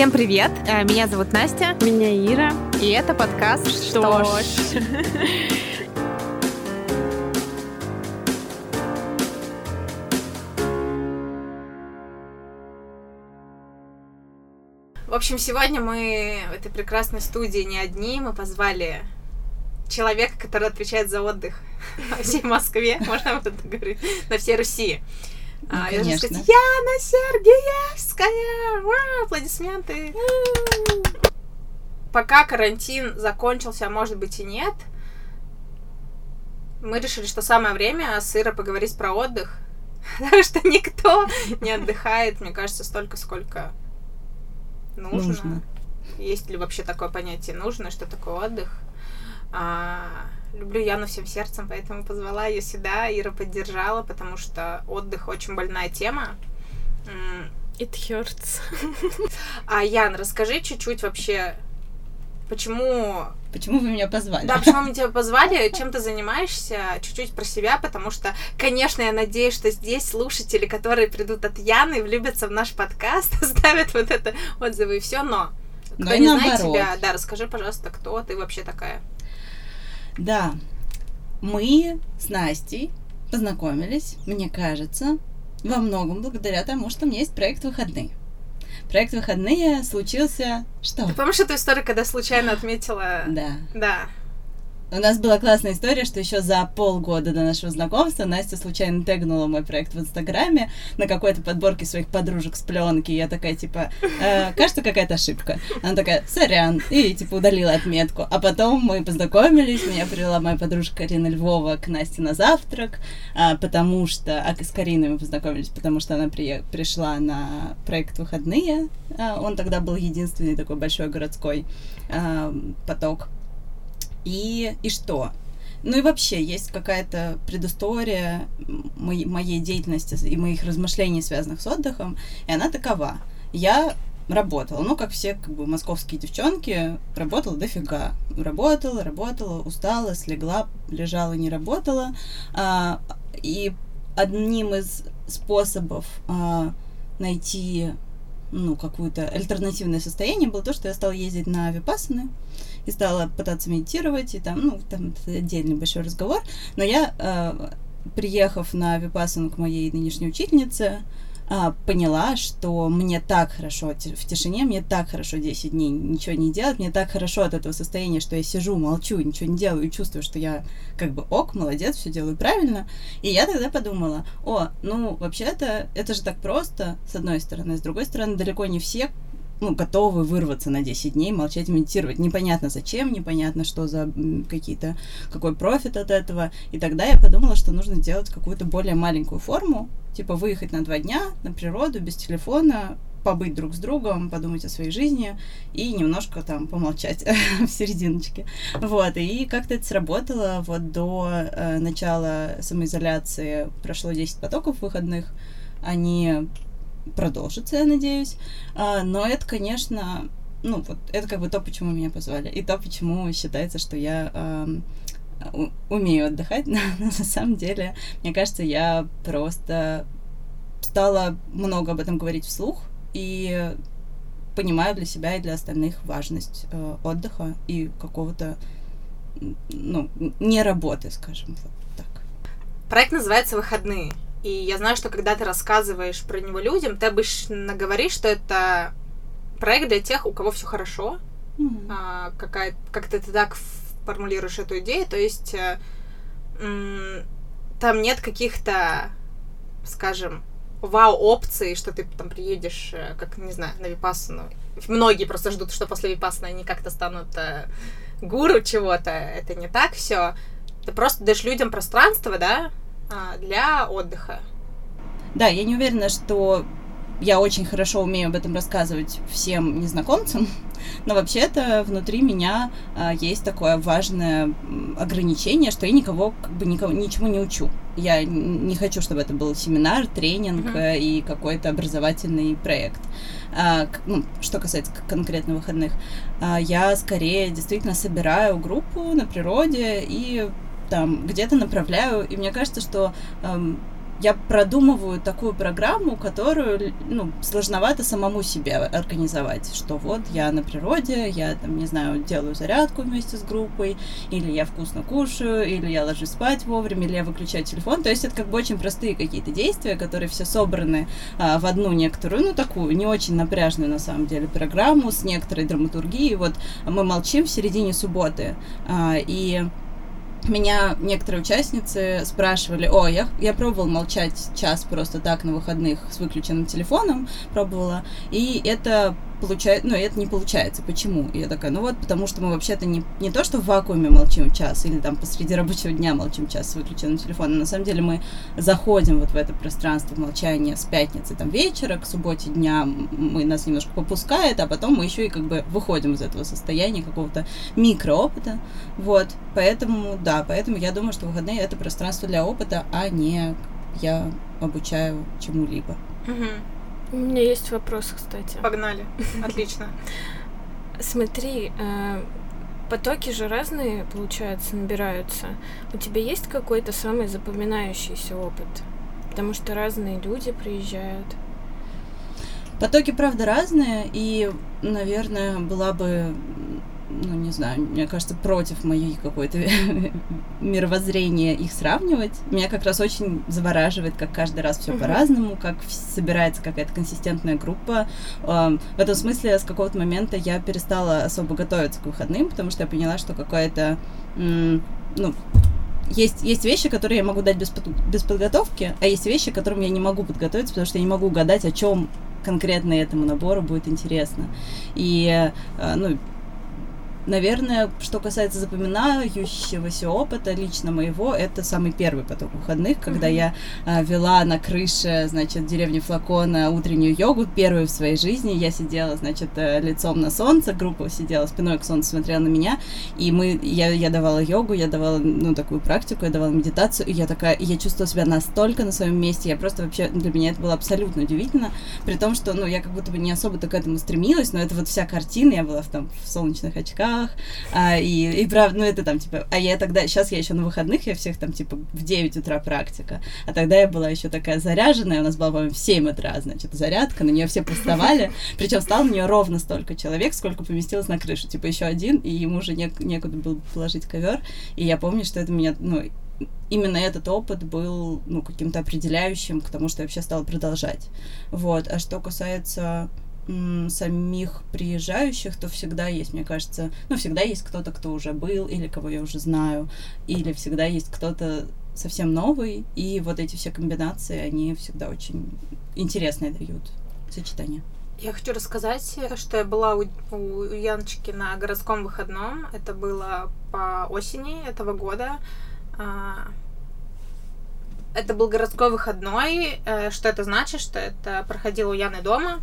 Всем привет! Меня зовут Настя. Меня Ира. И это подкаст «Что ж?». В общем, сегодня мы в этой прекрасной студии не одни. Мы позвали человека, который отвечает за отдых во всей Москве, можно вот это говорить, на всей Руси. Я должна сказать, Яна Сергеевская! Ура! Аплодисменты! Пока карантин закончился, а может быть и нет, мы решили, что самое время с Ирой поговорить про отдых, потому что никто не отдыхает, мне кажется, столько, сколько нужно. Есть ли вообще такое понятие нужно, что такое отдых? Люблю Яну всем сердцем, поэтому позвала ее сюда. Ира поддержала, потому что отдых очень больная тема. It hurts. Ян, расскажи чуть-чуть вообще, почему вы меня позвали? Да, почему мы тебя позвали, чем ты занимаешься, чуть-чуть про себя, потому что, конечно, я надеюсь, что здесь слушатели, которые придут от Яны, влюбятся в наш подкаст, ставят вот это отзывы и все, но кто не знает тебя, да, расскажи, пожалуйста, кто ты вообще такая. Да, мы с Настей познакомились, мне кажется, во многом благодаря тому, что у меня есть проект «Выходные». Проект «Выходные» случился... Что? Ты помнишь эту историю, когда случайно отметила... Да. У нас была классная история, что еще за полгода до нашего знакомства Настя случайно тегнула мой проект в Инстаграме на какой-то подборке своих подружек с пленки. Я такая, типа, кажется, какая-то ошибка. Она такая, сорян, и, типа, удалила отметку. А потом мы познакомились, меня привела моя подружка Карина Львова к Насте на завтрак, потому что... с Кариной мы познакомились, потому что она пришла на проект «Выходные». Он тогда был единственный такой большой городской поток. И что? Ну и вообще, есть какая-то предыстория моей деятельности и моих размышлений, связанных с отдыхом, и она такова. Я работала, как все московские девчонки, работала дофига. Работала, устала, слегла, лежала, не работала. И одним из способов найти какое-то альтернативное состояние было то, что я стала ездить на випассаны и стала пытаться медитировать, и там это отдельный большой разговор, но я, приехав на випассану к моей нынешней учительнице, поняла, что мне так хорошо в тишине, мне так хорошо 10 дней ничего не делать, мне так хорошо от этого состояния, что я сижу, молчу, ничего не делаю и чувствую, что я молодец, все делаю правильно. И я тогда подумала, вообще-то это же так просто, с одной стороны, с другой стороны, далеко не все готовы вырваться на 10 дней, молчать и медитировать. Непонятно зачем, непонятно, что за какой профит от этого. И тогда я подумала, что нужно сделать какую-то более маленькую форму, типа выехать на 2 дня на природу без телефона, побыть друг с другом, подумать о своей жизни и немножко там помолчать в серединочке. И как-то это сработало. До начала самоизоляции прошло 10 потоков выходных. Они продолжится, я надеюсь. Но это, конечно, это то, почему меня позвали. И то, почему считается, что я умею отдыхать. Но на самом деле, мне кажется, я просто стала много об этом говорить вслух и понимаю для себя и для остальных важность отдыха и какого-то, не работы, скажем, так. Проект называется «Выходные». И я знаю, что когда ты рассказываешь про него людям, ты обычно говоришь, что это проект для тех, у кого все хорошо. Как-то ты так формулируешь эту идею. То есть там нет каких-то, скажем, вау-опций, что ты там приедешь, на випассану. Многие просто ждут, что после випассаны они как-то станут гуру чего-то. Это не так все. Ты просто даешь людям пространство, да, для отдыха. Да, я не уверена, что я очень хорошо умею об этом рассказывать всем незнакомцам, но вообще-то внутри меня есть такое важное ограничение, что я никого ничему не учу. Я не хочу, чтобы это был семинар, тренинг и какой-то образовательный проект. Что касается конкретно выходных, я скорее действительно собираю группу на природе и там где-то направляю, и мне кажется, что я продумываю такую программу, которую, ну, сложновато самому себе организовать, что вот я на природе, я, там, не знаю, делаю зарядку вместе с группой, или я вкусно кушаю, или я ложусь спать вовремя, или я выключаю телефон. То есть это как бы очень простые какие-то действия, которые все собраны в одну некоторую, ну, такую, не очень напряжную, на самом деле, программу с некоторой драматургией. Вот мы молчим в середине субботы, и меня некоторые участницы спрашивали: о, я пробовала молчать час просто так на выходных с выключенным телефоном, пробовала, и это получается, ну, это не получается. Почему? И я такая, ну вот, потому что мы вообще-то не то, что в вакууме молчим час, или там посреди рабочего дня молчим час с выключенным телефоном, на самом деле мы заходим вот в это пространство молчания с пятницы там вечера к субботе дня, нас немножко попускает, а потом мы еще и как бы выходим из этого состояния какого-то микроопыта, вот, поэтому я думаю, что выходные — это пространство для опыта, а не я обучаю чему-либо. У меня есть вопрос, кстати. Погнали. Отлично. Смотри, потоки же разные, получается, набираются. У тебя есть какой-то самый запоминающийся опыт? Потому что разные люди приезжают. Потоки, правда, разные, и, наверное, была бы, ну, не знаю, мне кажется, против моей какой-то мировоззрения их сравнивать. Меня как раз очень завораживает, как каждый раз все по-разному, как собирается какая-то консистентная группа. В этом смысле с какого-то момента я перестала особо готовиться к выходным, потому что я поняла, что какая-то, ну, есть вещи, которые я могу дать без подготовки, а есть вещи, к которым я не могу подготовиться, потому что я не могу угадать, о чем конкретно этому набору будет интересно. И, ну, наверное, что касается запоминающегося опыта лично моего, это самый первый поток выходных, когда я вела на крыше, значит, деревни Флакона утреннюю йогу, первую в своей жизни. Я сидела, значит, лицом на солнце, группа сидела спиной к солнцу, смотрела на меня, и я давала йогу, я давала, ну, такую практику, я давала медитацию, и я чувствовала себя настолько на своем месте, я просто вообще, для меня это было абсолютно удивительно, при том, что, ну, я как будто бы не особо-то к этому стремилась, но это вот вся картина, я была в солнечных очках, и правда, ну, это там, типа, сейчас я еще на выходных, я всех там, типа, в 9 утра практика, а тогда я была еще такая заряженная, у нас была, по-моему, в 7 утра, значит, зарядка, на нее все поставали, причем стало на нее ровно столько человек, сколько поместилось на крышу, типа, еще один, и ему уже некуда было положить ковер, и я помню, что это меня, ну, именно этот опыт был, ну, каким-то определяющим к тому, что я вообще стала продолжать, вот, а что касается самих приезжающих, то всегда есть, мне кажется, ну, всегда есть кто-то, кто уже был, или кого я уже знаю, или всегда есть кто-то совсем новый, и вот эти все комбинации, они всегда очень интересные дают сочетание. Я хочу рассказать, что я была у Яночки на городском выходном, это было по осени этого года. Это был городской выходной. Что это значит? Что это проходило у Яны дома.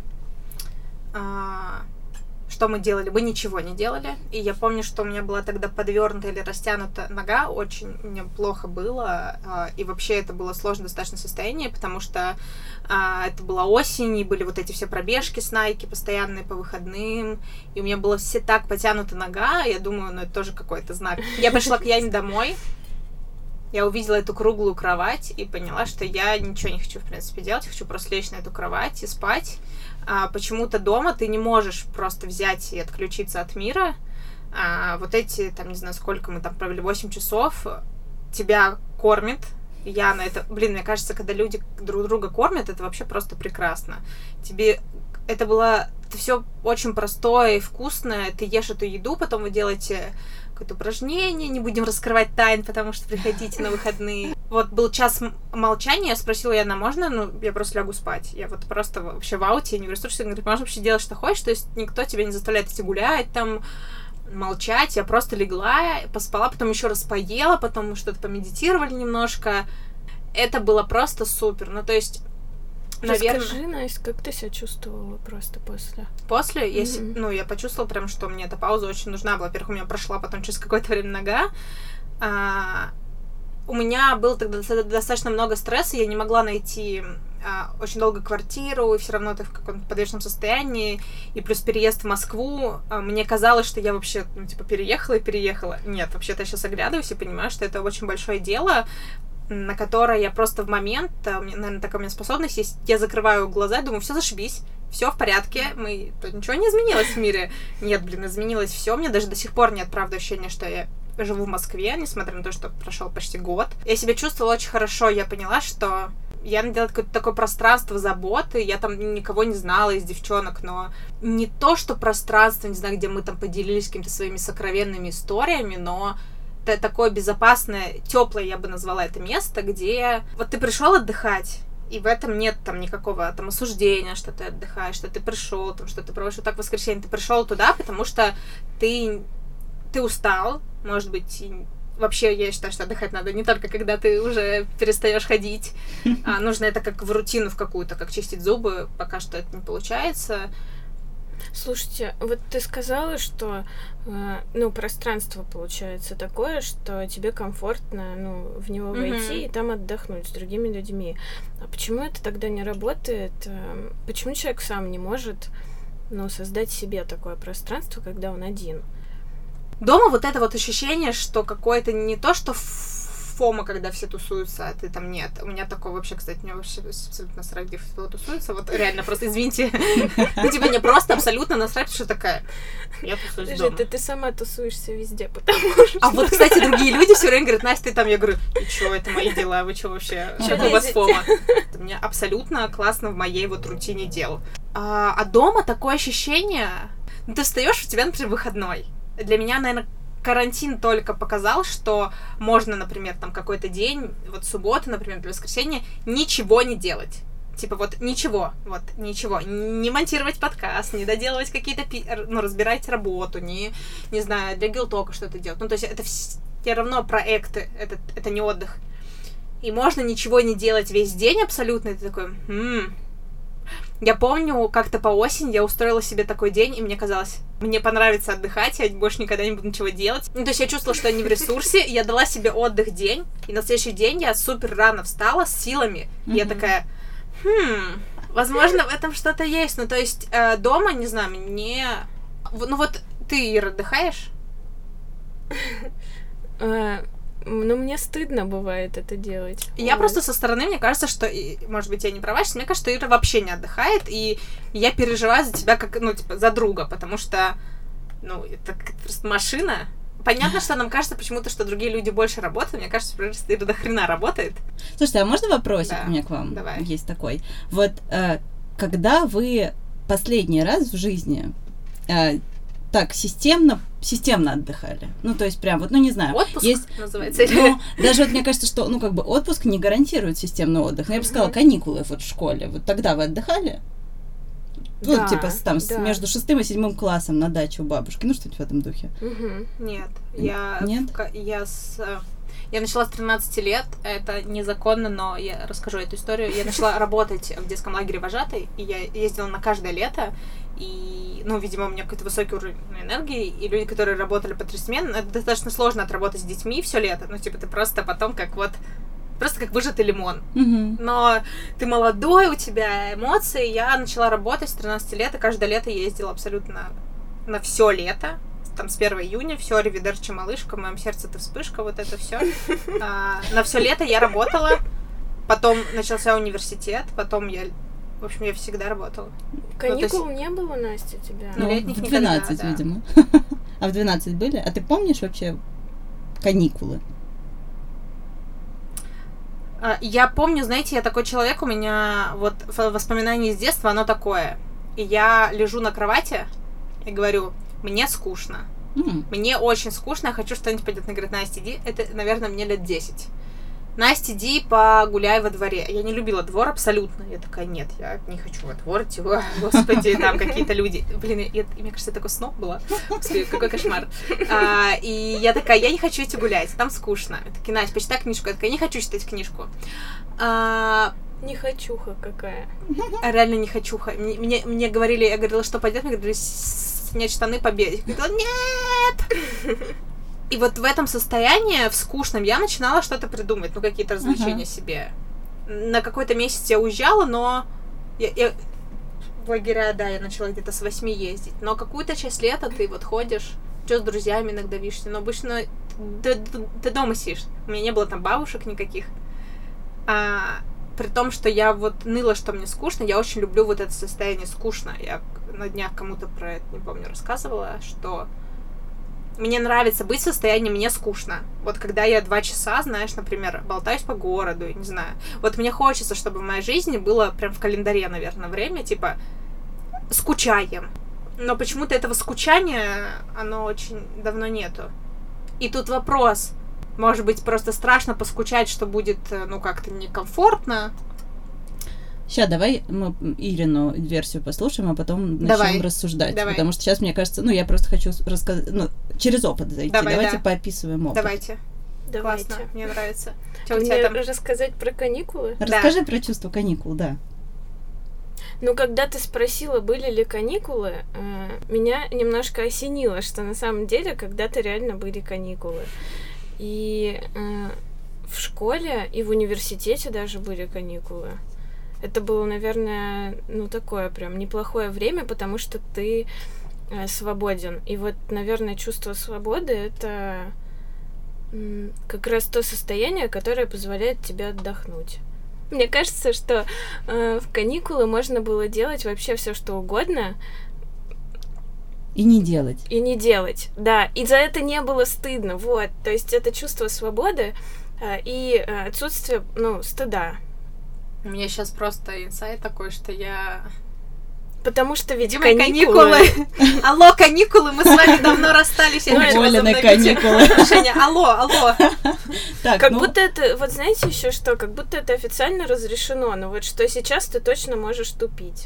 Что мы делали? Мы ничего не делали. И я помню, что у меня была тогда подвернута или растянута нога. Очень мне плохо было. И вообще это было сложное достаточно состояние, потому что это была осень, и были вот эти все пробежки с Nike постоянные по выходным. И у меня была все так потянута нога. Я думаю, ну это тоже какой-то знак. Я пришла к Яне домой. Я увидела эту круглую кровать и поняла, что я ничего не хочу, в принципе, делать. Я хочу просто лечь на эту кровать и спать. Почему-то дома ты не можешь просто взять и отключиться от мира. Вот эти, там, не знаю, сколько мы там провели, 8 часов, тебя кормит. Я на это... Блин, мне кажется, когда люди друг друга кормят, это вообще просто прекрасно. Тебе... Это было все очень простое и вкусное. Ты ешь эту еду, потом вы делаете какое-то упражнение, не будем раскрывать тайн, потому что приходите на выходные. Вот был час молчания, я спросила Яна, можно? Ну, я просто лягу спать. Я вот просто вообще в ауте, не говорю, что можешь вообще делать, что хочешь, то есть никто тебя не заставляет идти гулять, там, молчать. Я просто легла, поспала, потом еще раз поела, потом мы что-то помедитировали немножко. Это было просто супер. Ну, то есть, наверное... Расскажи, Настя, как ты себя чувствовала просто после? После? Я почувствовала прям, что мне эта пауза очень нужна. Во-первых, у меня прошла потом через какое-то время нога. У меня было тогда достаточно много стресса, я не могла найти очень долго квартиру, и все равно ты в каком-то подвешенном состоянии, и плюс переезд в Москву. Мне казалось, что я вообще, переехала. Нет, вообще-то я сейчас оглядываюсь и понимаю, что это очень большое дело. на которой я просто в момент, у меня, наверное, такая у меня способность есть, я закрываю глаза и думаю, все, зашибись, все в порядке, ничего не изменилось в мире. Нет, изменилось все. Мне даже до сих пор нет, правда, ощущения, что я живу в Москве, несмотря на то, что прошел почти год. Я себя чувствовала очень хорошо, я поняла, что я надела какое-то такое пространство заботы, я там никого не знала из девчонок, но не то, что пространство, не знаю, где мы там поделились какими-то своими сокровенными историями, но это такое безопасное, теплое, я бы назвала это место, где вот ты пришел отдыхать, и в этом нет там никакого там осуждения, что ты отдыхаешь, что ты пришел, там, что ты проводишь вот так в воскресенье, ты пришел туда, потому что ты устал, может быть, вообще, я считаю, что отдыхать надо не только когда ты уже перестаешь ходить, а нужно это как в рутину в какую-то, как чистить зубы, пока что это не получается. Слушайте, вот ты сказала, что, пространство получается такое, что тебе комфортно, в него войти и там отдохнуть с другими людьми. А почему это тогда не работает? Почему человек сам не может, создать себе такое пространство, когда он один? Дома вот это вот ощущение, что какое-то не то, что фома, когда все тусуются, а ты там нет. У меня такое вообще, кстати, мне вообще абсолютно насрать, где кто тусуется. Вот реально, просто извините. Мне просто абсолютно насрать, что такая. Я тусуюсь дома. Ты сама тусуешься везде, потому что... А вот, кстати, другие люди все время говорят, Настя, ты там. Я говорю, и чё, это мои дела, вы чё вообще? Чё у вас фома? Это мне абсолютно классно в моей вот рутине дел. А дома такое ощущение... Ты встаешь, у тебя, например, выходной. Для меня, наверное, карантин только показал, что можно, например, там какой-то день, вот суббота, например, или воскресенье, ничего не делать. Типа ничего. Не монтировать подкаст, не доделывать какие-то, разбирать работу, не знаю, для Гилтока что-то делать. То есть это все равно проекты, это не отдых. И можно ничего не делать весь день абсолютно, и ты такой, Я помню, как-то по осени я устроила себе такой день, и мне казалось, мне понравится отдыхать, я больше никогда не буду ничего делать. То есть я чувствовала, что я не в ресурсе, я дала себе отдых день, и на следующий день я супер рано встала с силами, и я такая, возможно, в этом что-то есть. То есть дома, не знаю, мне... вот ты, Ира, отдыхаешь? Мне стыдно бывает это делать. Я просто со стороны, мне кажется, что, может быть, я не права, мне кажется, что Ира вообще не отдыхает, и я переживаю за тебя как, за друга, потому что, это просто машина. Понятно, что нам кажется почему-то, что другие люди больше работают, мне кажется, что Ира до хрена работает. Слушайте, а можно вопросик да, у меня к вам? Давай. Есть такой. Вот, когда вы последний раз в жизни так системно отдыхали. То есть прям не знаю. Отпуск есть, называется. Даже мне кажется, что, отпуск не гарантирует системный отдых. Но я бы сказала, каникулы в школе. Вот тогда вы отдыхали? Да, между 6 и 7 классом на даче у бабушки. Что-нибудь в этом духе. Нет. Я начала с 13 лет, это незаконно, но я расскажу эту историю. Я начала работать в детском лагере вожатой, и я ездила на каждое лето, и, видимо, у меня какой-то высокий уровень энергии, и люди, которые работали по 3 смены, это достаточно сложно отработать с детьми все лето, ты просто потом просто как выжатый лимон. Но ты молодой, у тебя эмоции, я начала работать с 13 лет, и каждое лето ездила абсолютно на все лето. Там с 1 июня, все, аривидерчи, малышка, в моем сердце ты вспышка, вот это все. На все лето я работала, потом начался университет, потом я всегда работала. Каникул не было, Настя, у тебя? Летних в 12, никогда, видимо. А в 12 были? А ты помнишь вообще каникулы? Я помню, знаете, я такой человек, у меня воспоминание из детства, оно такое. И я лежу на кровати и говорю, мне скучно. Мне очень скучно, я хочу что-нибудь пойдет. Она говорит, Настя, иди, это, наверное, мне лет 10. Настя, иди погуляй во дворе. Я не любила двор абсолютно. Я такая, нет, я не хочу во двор идти. Господи, там какие-то люди. Мне кажется, такой сноб было. Господи, какой кошмар. И я такая, я не хочу идти гулять, там скучно. Я такая, Настя, почитай книжку. Я такая, не хочу читать книжку. Не хочуха какая. Реально не хочуха. Мне говорили, я говорила, что пойдет, мне говорили, снять штаны, побегать. Я говорила, нет! И вот в этом состоянии, в скучном, я начинала что-то придумать, какие-то развлечения себе. На какой-то месяц я уезжала, но я в лагеря, да, я начала где-то с 8 ездить. Но какую-то часть лета ты ходишь, что с друзьями иногда видишься, но обычно ты дома сидишь. У меня не было там бабушек никаких. При том, что я вот ныла, что мне скучно, я очень люблю вот это состояние скучно. Я на днях кому-то про это, не помню, рассказывала, что мне нравится быть в состоянии «мне скучно». Вот когда я 2 часа, знаешь, например, болтаюсь по городу, не знаю. Вот мне хочется, чтобы в моей жизни было прям в календаре, наверное, время, типа, скучаем. Но почему-то этого скучания, оно очень давно нету. И тут вопрос. Может быть, просто страшно поскучать, что будет, как-то некомфортно. Сейчас давай мы Ирину версию послушаем, а потом начнем рассуждать. Давай. Потому что сейчас, мне кажется, я просто хочу рассказать, через опыт зайти. Давайте поописываем опыт. Давайте. Классно, мне нравится. Что у тебя там? Рассказать про каникулы? Расскажи про чувство каникул, да. Когда ты спросила, были ли каникулы, меня немножко осенило, что на самом деле когда-то реально были каникулы. И в школе и в университете даже были каникулы. Это было, наверное, такое прям неплохое время, потому что ты свободен. И вот, наверное, чувство свободы — это как раз то состояние, которое позволяет тебе отдохнуть. Мне кажется, что в каникулы можно было делать вообще все, что угодно. И не делать. И не делать, да. И за это не было стыдно, вот. То есть это чувство свободы и отсутствие, стыда. У меня сейчас просто инсайт такой, что я... Потому что ведь каникулы. Алло, каникулы, мы с вами давно расстались. Уволены каникулы. Женя, алло. Как будто это, вот знаете еще что, как будто это официально разрешено, но вот что сейчас ты точно можешь тупить.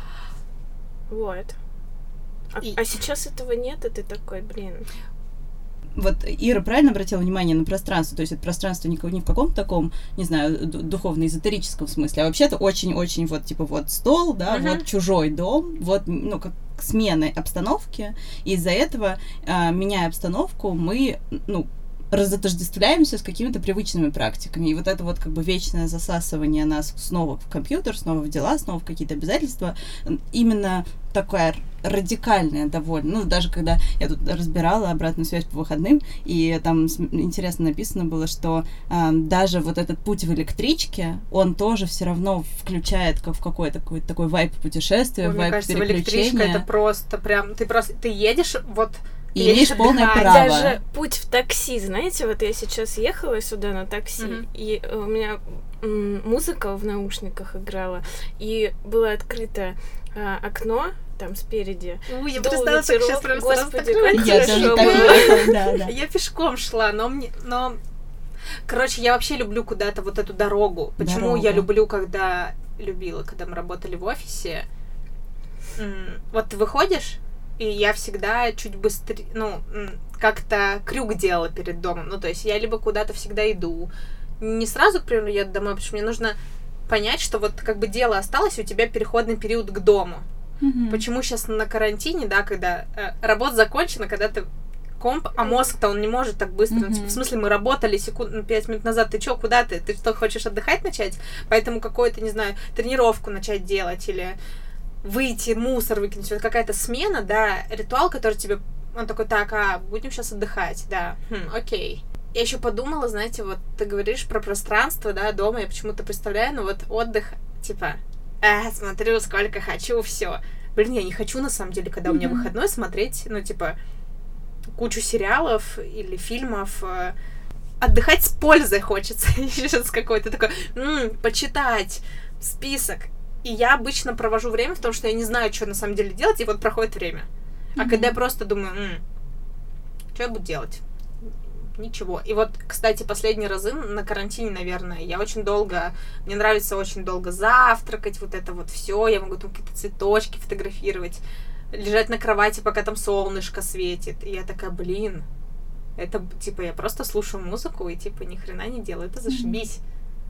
Вот. А сейчас этого нет, и ты такой, блин. Вот Ира правильно обратила внимание на пространство, то есть это пространство не в каком-то таком, не знаю, духовно-эзотерическом смысле, а вообще-то очень-очень вот стол, да, вот чужой дом, вот, как смены обстановки, и из-за этого, меняя обстановку, мы, разотождествляемся с какими-то привычными практиками. И вот это вот как бы вечное засасывание нас снова в компьютер, снова в дела, снова в какие-то обязательства, именно такая радикальная довольно. Даже когда я тут разбирала обратную связь по выходным, и там интересно написано было, что даже вот этот путь в электричке, он тоже все равно включает как в какой-то такой вайб путешествия, вайб переключения. Мне кажется, электричка это просто прям... Ты едешь вот... И имеешь полное право. Даже путь в такси, знаете, вот я сейчас ехала сюда на такси, и у меня музыка в наушниках играла, и было открыто окно там спереди. Я представила, как сейчас прям Господи, как я хорошо было. Да. Я пешком шла, но... Короче, я вообще люблю куда-то вот эту дорогу. Почему я люблю, когда мы работали в офисе? Вот ты выходишь, и я всегда чуть быстрее, как-то крюк делала перед домом. То есть я либо куда-то всегда иду, не сразу, к примеру, еду домой, потому что мне нужно понять, что вот как бы дело осталось, у тебя переходный период к дому. Почему сейчас на карантине, да, когда работа закончена, когда ты комп, а мозг-то он не может так быстро. В смысле, мы работали 5 минут назад, ты чё, куда ты? Ты что, хочешь отдыхать начать? Поэтому какую-то, не знаю, тренировку начать делать или... выйти, мусор выкинуть, вот какая-то смена, да, ритуал, который тебе, он такой, будем сейчас отдыхать, да, окей. Я еще подумала, знаете, вот ты говоришь про пространство, да, дома, я почему-то представляю, вот отдых, типа, смотрю, сколько хочу, все. Блин, я не хочу, на самом деле, когда у меня выходной, смотреть, кучу сериалов или фильмов, отдыхать с пользой хочется, еще с какой-то такой, почитать, список. И я обычно провожу время в том, что я не знаю, что на самом деле делать, и вот проходит время. А когда я просто думаю, что я буду делать? Ничего. И вот, кстати, последние разы на карантине, наверное, мне нравится очень долго завтракать, вот это вот все, я могу там какие-то цветочки фотографировать, лежать на кровати, пока там солнышко светит. И я такая, это, типа, я просто слушаю музыку и, типа, ни хрена не делаю, это зашибись.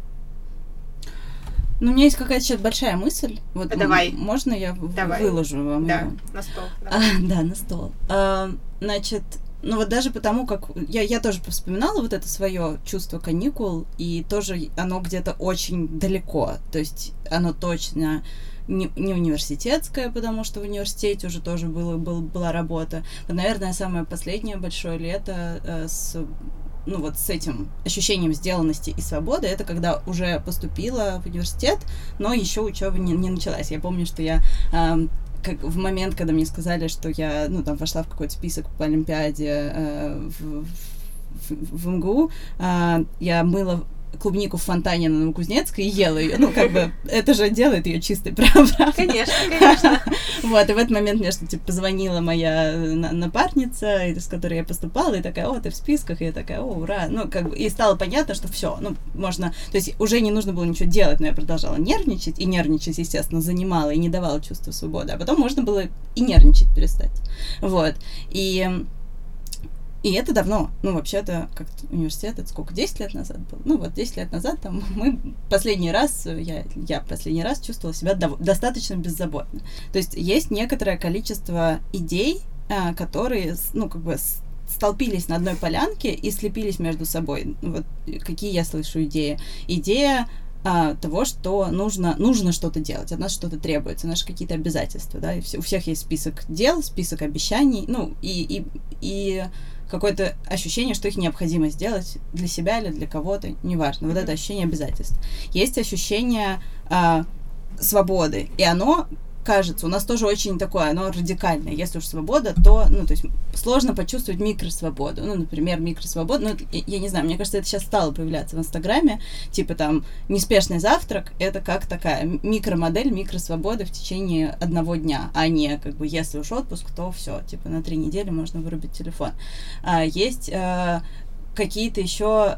У меня есть какая-то сейчас большая мысль. Вот давай. Можно я выложу вам ее? На стол. Да, на стол. Значит, вот даже потому, как... Я тоже вспоминала вот это свое чувство каникул, и тоже оно где-то очень далеко. То есть оно точно не университетское, потому что в университете уже тоже была работа. Вот, наверное, самое последнее большое лето с ну, вот с этим ощущением сделанности и свободы, это когда уже поступила в университет, но еще учеба не началась. Я помню, что я как в момент, когда мне сказали, что я, ну, там, вошла в какой-то список по Олимпиаде в МГУ, я мыла клубнику в фонтане на Новокузнецкой и ела ее. Ну, как бы, это же делает ее чистой, правда? Конечно, конечно. Вот, и в этот момент мне, что, типа, позвонила моя напарница, с которой я поступала, и такая, о, ты в списках, и я такая, о, ура. Ну, как бы, и стало понятно, что все, ну, можно, то есть уже не нужно было ничего делать, но я продолжала нервничать, и нервничать, естественно, занимала и не давала чувства свободы, а потом можно было и нервничать перестать. Вот, и это давно, ну, вообще-то, как университет, это сколько, 10 лет назад было? Ну, вот 10 лет назад там мы последний раз, я последний раз чувствовала себя достаточно беззаботно. То есть есть некоторое количество идей, которые, ну, как бы столпились на одной полянке и слепились между собой. Вот какие я слышу идеи. Идея того, что нужно что-то делать, от нас что-то требуется, наши какие-то обязательства, да, и у всех есть список дел, список обещаний, ну, и какое-то ощущение, что их необходимо сделать для себя или для кого-то, неважно, вот это ощущение обязательств. Есть ощущение свободы, и оно, кажется, у нас тоже очень такое, оно радикальное. Если уж свобода, то, ну, то есть сложно почувствовать микросвободу. Ну, например, микросвободу, ну, я не знаю, мне кажется, это сейчас стало появляться в Инстаграме, типа там неспешный завтрак, это как такая микромодель микросвободы в течение одного дня, а не, как бы, если уж отпуск, то все, типа на 3 недели можно вырубить телефон. Есть какие-то еще,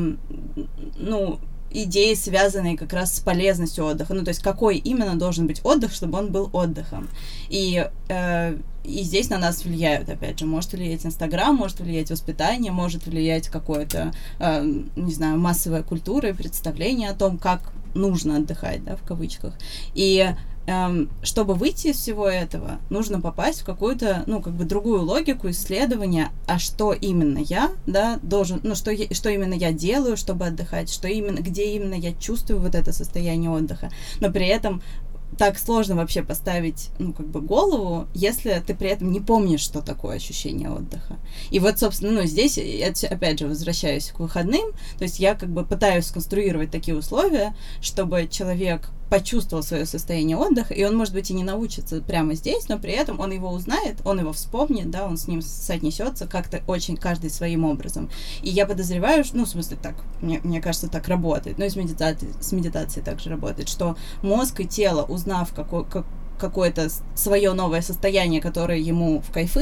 ну, идеи, связанные как раз с полезностью отдыха. Ну, то есть, какой именно должен быть отдых, чтобы он был отдыхом. И здесь на нас влияют, опять же, может влиять Инстаграм, может влиять воспитание, может влиять какое-то, не знаю, массовая культура и представление о том, как нужно отдыхать, да, в кавычках. И чтобы выйти из всего этого, нужно попасть в какую-то, ну, как бы другую логику исследования, а что именно я, да, должен, ну, что именно я делаю, чтобы отдыхать, где именно я чувствую вот это состояние отдыха, но при этом так сложно вообще поставить, ну, как бы голову, если ты при этом не помнишь, что такое ощущение отдыха. И вот, собственно, ну, здесь, я, опять же, возвращаюсь к выходным, то есть я как бы пытаюсь сконструировать такие условия, чтобы человек почувствовал свое состояние отдыха, и он, может быть, и не научится прямо здесь, но при этом он его узнает, он его вспомнит, да, он с ним соотнесется как-то очень каждый своим образом. И я подозреваю, ну, в смысле, так, мне кажется, так работает, но и с медитацией также работает, что мозг и тело, узнав какое-то свое новое состояние, которое ему в кайфы,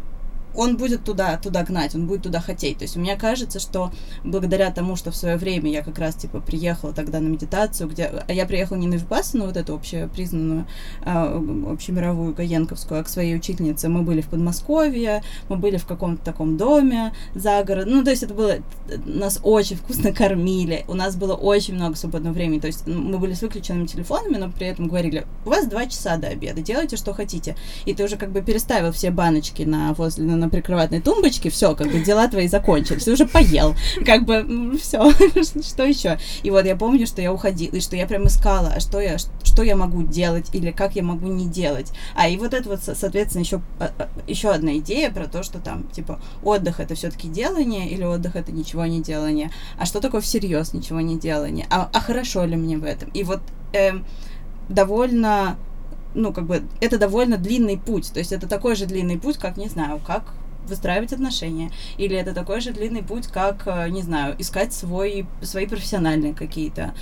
он будет туда гнать, он будет туда хотеть. То есть мне кажется, что благодаря тому, что в свое время я как раз, типа, приехала тогда на медитацию, а я приехала не на випассану, вот эту общепризнанную, общемировую гаенковскую, а к своей учительнице. Мы были в Подмосковье, мы были в каком-то таком доме за городом. Ну, то есть это было... Нас очень вкусно кормили, у нас было очень много свободного времени. То есть мы были с выключенными телефонами, но при этом говорили, у вас 2 часа до обеда, делайте, что хотите. И ты уже как бы переставил все баночки на прикроватной тумбочке, все, как бы дела твои закончились, ты уже поел, как бы все, что еще? И вот я помню, что я уходила, и что я прям искала, а что я могу делать, или как я могу не делать. И вот это вот, соответственно, еще одна идея про то, что там, типа, отдых — это все-таки делание, или отдых — это ничего не делание. А что такое всерьез ничего не делание? А хорошо ли мне в этом? И вот довольно... Ну, как бы, это довольно длинный путь. То есть это такой же длинный путь, как, не знаю, как выстраивать отношения. Или это такой же длинный путь, как, не знаю, искать свои профессиональные какие-то,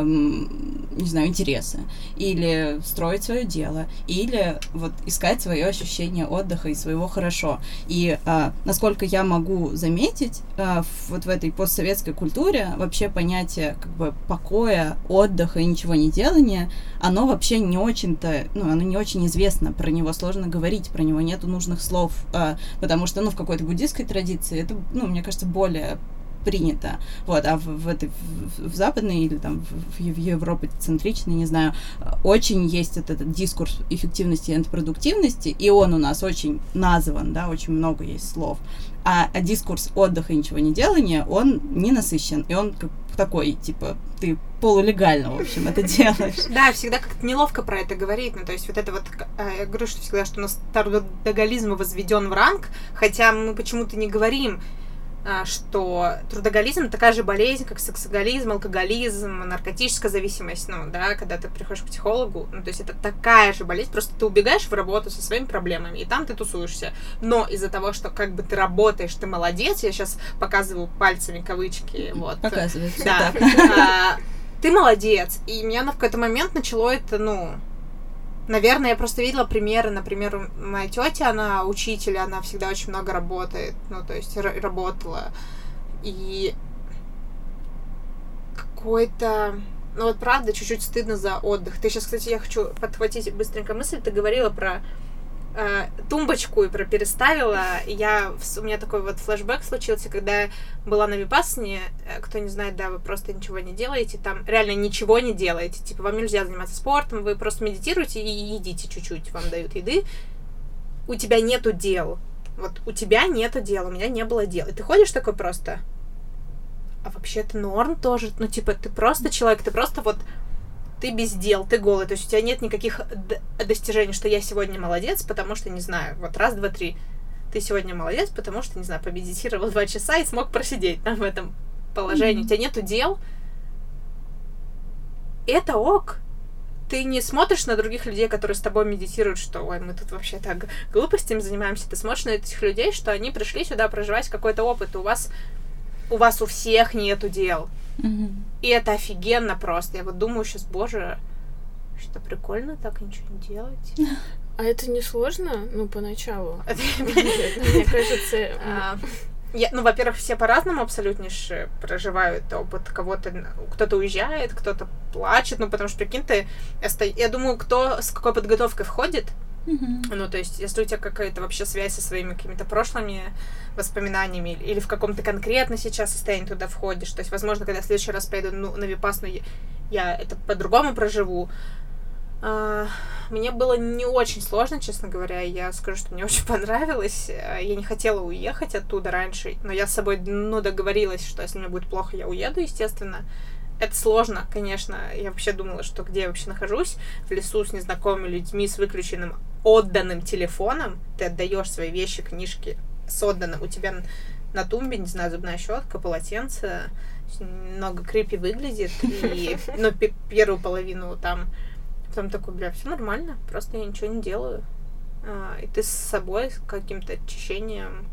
не знаю, интересы. Или строить свое дело. Или вот искать свое ощущение отдыха и своего хорошо. И насколько я могу заметить, вот в этой постсоветской культуре вообще понятие, как бы, покоя, отдыха и ничего не делания, оно вообще не очень-то, ну, оно не очень известно, про него сложно говорить, про него нету нужных слов, потому что, ну, в какой-то буддийской традиции это, ну, мне кажется, более принято, вот, а в западной или там в Европе центричной, не знаю, очень есть этот дискурс эффективности и продуктивности, и он у нас очень назван, да, очень много есть слов, а дискурс отдыха и ничего не делания, он не насыщен, и он такой, типа, ты полулегально, в общем, это делаешь. Да, всегда как-то неловко про это говорить, ну, то есть вот это вот, я говорю, что всегда, что у нас трудоголизм возведен в ранг, хотя мы почему-то не говорим, что трудоголизм такая же болезнь, как сексоголизм, алкоголизм, наркотическая зависимость, ну, да, когда ты приходишь к психологу, ну, то есть это такая же болезнь, просто ты убегаешь в работу со своими проблемами, и там ты тусуешься, но из-за того, что как бы ты работаешь, ты молодец, я сейчас показываю пальцами кавычки, вот. Показывай, да, ты молодец, и меня в какой-то момент начало это, ну, наверное, я просто видела примеры, например, моя тетя, она учитель, она всегда очень много работает, ну, то есть работала, и какой-то, ну, вот правда, чуть-чуть стыдно за отдых. Ты сейчас, кстати, я хочу подхватить быстренько мысль, ты говорила про тумбочку и про переставила. У меня такой вот флешбэк случился, когда была на Випассане. Кто не знает, да, вы просто ничего не делаете, там реально ничего не делаете. Типа, вам нельзя заниматься спортом, вы просто медитируете и едите чуть-чуть, вам дают еды. У тебя нету дел. Вот у тебя нету дел, у меня не было дел. И ты ходишь такой просто... А вообще это норм тоже. Ну, типа, ты просто человек, ты просто вот... Ты без дел, ты голый, то есть у тебя нет никаких достижений, что я сегодня молодец, потому что, не знаю, вот раз, два, три, ты сегодня молодец, потому что, не знаю, помедитировал 2 часа и смог просидеть там в этом положении. У тебя нету дел. Это ок. Ты не смотришь на других людей, которые с тобой медитируют, что, ой, мы тут вообще так глупостями занимаемся. Ты смотришь на этих людей, что они пришли сюда проживать какой-то опыт, у вас у всех нету дел. И это офигенно просто. Я вот думаю сейчас, боже, что прикольно так ничего не делать. А это не сложно? Ну, поначалу. Мне кажется... Ну, во-первых, все по-разному абсолютнейше проживают опыт. Кто-то уезжает, кто-то плачет, ну, потому что, прикинь, я думаю, кто с какой подготовкой входит, ну, то есть, если у тебя какая-то вообще связь со своими какими-то прошлыми воспоминаниями, или в каком-то конкретно сейчас состоянии туда входишь, то есть, возможно, когда я в следующий раз пойду на Випассану, я это по-другому проживу. Мне было не очень сложно, честно говоря, я скажу, что мне очень понравилось, я не хотела уехать оттуда раньше, но я с собой, ну, договорилась, что если мне будет плохо, я уеду, естественно. Это сложно, конечно. Я вообще думала, что где я вообще нахожусь, в лесу с незнакомыми людьми, с выключенным, отданным телефоном. Ты отдаешь свои вещи, книжки с отданным. У тебя на тумбе, не знаю, зубная щетка, полотенце. Много крипи выглядит. И, ну, первую половину там. Потом такой, бля, все нормально, просто я ничего не делаю. И ты с собой, с каким-то очищением...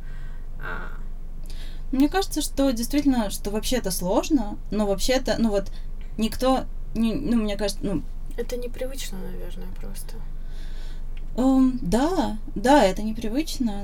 Мне кажется, что действительно, что вообще это сложно, но вообще-то, ну вот, никто, ну, мне кажется, ну... Это непривычно, наверное, просто. Да, это непривычно,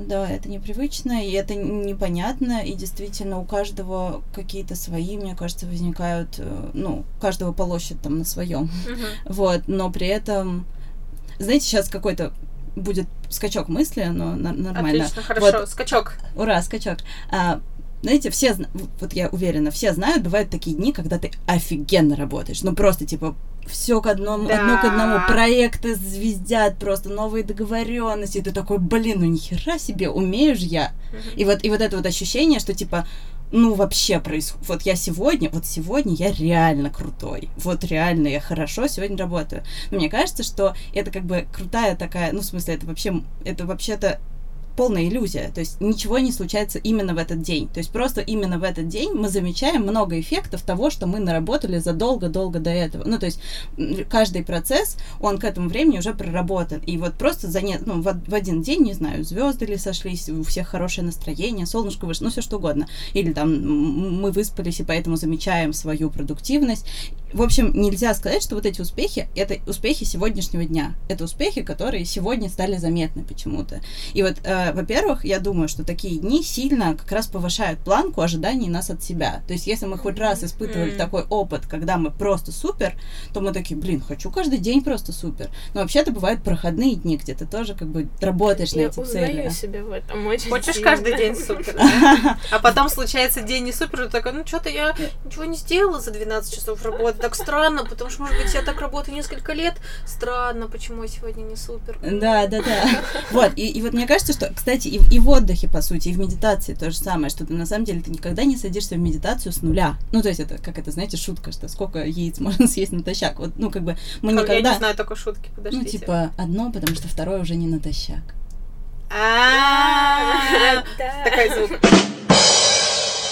и это непонятно, и действительно у каждого какие-то свои, мне кажется, возникают, ну, каждого полощет там на своем, вот, но при этом, знаете, сейчас какой-то будет скачок мысли, но нормально. Отлично, хорошо, вот, скачок. Ура, скачок. Знаете, вот я уверена, все знают, бывают такие дни, когда ты офигенно работаешь, ну просто типа все к одному, да. Одно к одному, проекты звездят, просто новые договоренности, и ты такой, блин, ну нихера себе, умею же я. И вот это вот ощущение, что типа, ну вообще происходит, вот сегодня я реально крутой, вот реально я хорошо сегодня работаю. Но мне кажется, что это как бы крутая такая, ну в смысле, это вообще-то полная иллюзия, то есть ничего не случается именно в этот день, то есть просто именно в этот день мы замечаем много эффектов того, что мы наработали задолго-долго до этого, ну то есть каждый процесс, он к этому времени уже проработан, и вот просто в один день, не знаю, звезды ли сошлись, у всех хорошее настроение, солнышко вышло, ну все что угодно, или там мы выспались и поэтому замечаем свою продуктивность. В общем, нельзя сказать, что вот эти успехи, это успехи сегодняшнего дня. Это успехи, которые сегодня стали заметны почему-то. И вот, во-первых, я думаю, что такие дни сильно как раз повышают планку ожиданий нас от себя. То есть, если мы хоть раз испытывали такой опыт, когда мы просто супер, то мы такие, блин, хочу каждый день просто супер. Но вообще-то бывают проходные дни, где ты тоже как бы работаешь на эти цели. Я узнаю себя в этом очень Хочешь сильно. каждый день супер, да? А потом случается день не супер, и такой, ну что-то я ничего не сделала за 12 часов работы. Так странно, потому что, может быть, я так работаю несколько лет. Странно, почему я сегодня не супер. Да. Вот, и вот мне кажется, что, кстати, и в отдыхе, по сути, и в медитации то же самое, что ты на самом деле ты никогда не садишься в медитацию с нуля. Ну, то есть это, как это, знаете, шутка, что сколько яиц можно съесть натощак. Вот, ну, как бы мы никогда... Я не знаю такой шутки, подождите. Ну, типа, одно, потому что второе уже не натощак. Такой звук.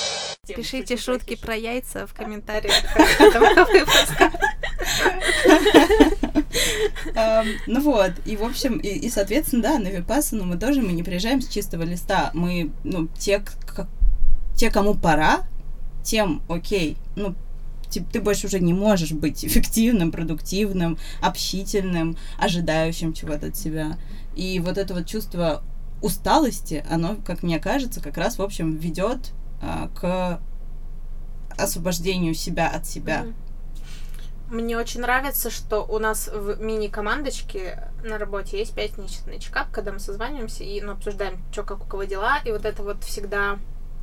Пишите шутки про яйца в комментариях к этому выпуску. Ну вот, и в общем, и соответственно, да, на випассану мы не приезжаем с чистого листа. Мы, те, кому пора, тем окей. Ты больше уже не можешь быть эффективным, продуктивным, общительным, ожидающим чего-то от себя. И вот это вот чувство усталости, оно, как мне кажется, как раз, в общем, ведет к освобождению себя от себя. Мне очень нравится, что у нас в мини-командочке на работе есть пятничный чекап, когда мы созваниваемся и обсуждаем, что, как у кого дела, и вот это вот всегда...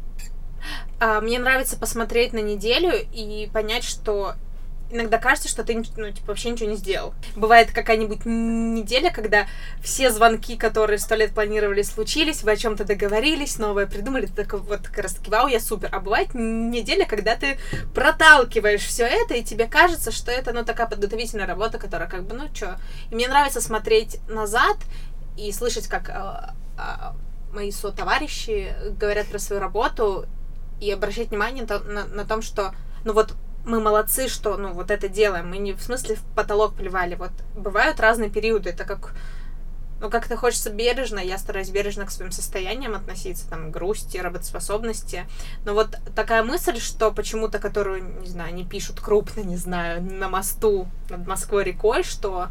Мне нравится посмотреть на неделю и понять, что иногда кажется, что ты вообще ничего не сделал. Бывает какая-нибудь неделя, когда все звонки, которые 100 лет планировали, случились, вы о чем-то договорились, новое придумали, ты такой вот как раз таки, вау, я супер. А бывает неделя, когда ты проталкиваешь все это, и тебе кажется, что это, такая подготовительная работа, которая И мне нравится смотреть назад и слышать, как мои сотоварищи говорят про свою работу, и обращать внимание на том, что, мы молодцы, что, вот это делаем. Мы не в смысле в потолок плевали. Вот бывают разные периоды. Это как-то хочется бережно. Я стараюсь бережно к своим состояниям относиться, грусти, работоспособности. Но вот такая мысль, что почему-то, которую, не знаю, не пишут крупно, не знаю, на мосту над Москвой-рекой, что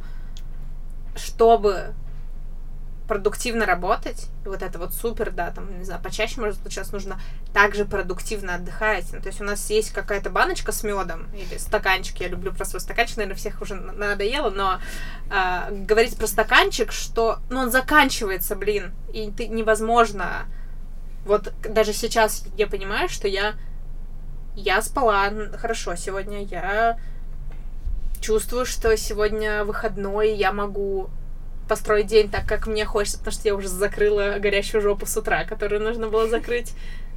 чтобы продуктивно работать, и вот это вот супер, да, не знаю, почаще, может, сейчас нужно также продуктивно отдыхать. То есть у нас есть какая-то баночка с медом или стаканчик, я люблю про свой стаканчик, наверное, всех уже надоело, но говорить про стаканчик, что, он заканчивается, и ты невозможно. Вот даже сейчас я понимаю, что я спала хорошо сегодня, я чувствую, что сегодня выходной, я могу построить день так, как мне хочется, потому что я уже закрыла горящую жопу с утра, которую нужно было закрыть.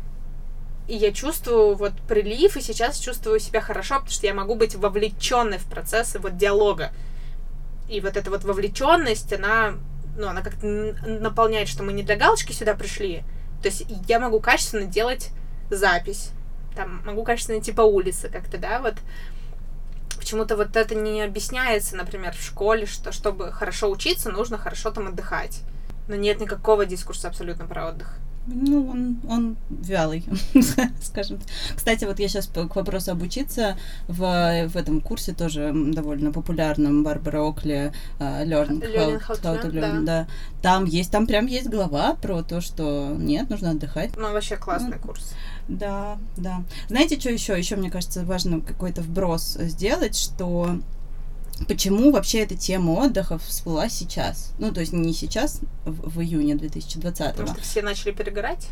И я чувствую прилив, и сейчас чувствую себя хорошо, потому что я могу быть вовлеченной в процессы диалога. И вот эта вовлеченность, она как-то наполняет, что мы не для галочки сюда пришли. То есть я могу качественно делать запись, могу качественно идти по улице как-то, да, Почему-то это не объясняется, например, в школе, что чтобы хорошо учиться, нужно хорошо отдыхать. Но нет никакого дискурса абсолютно про отдых. Он вялый, скажем так. Кстати, я сейчас к вопросу обучиться в этом курсе тоже довольно популярном Барбара Окли Learn How to Learn, да. Там прям есть глава про то, что нет, нужно отдыхать. Вообще классный курс. Да. Знаете, что еще? Еще, мне кажется, важно какой-то вброс сделать, что почему вообще эта тема отдыха всплыла сейчас? То есть не сейчас, в июне 2020-го. Потому что все начали перегорать?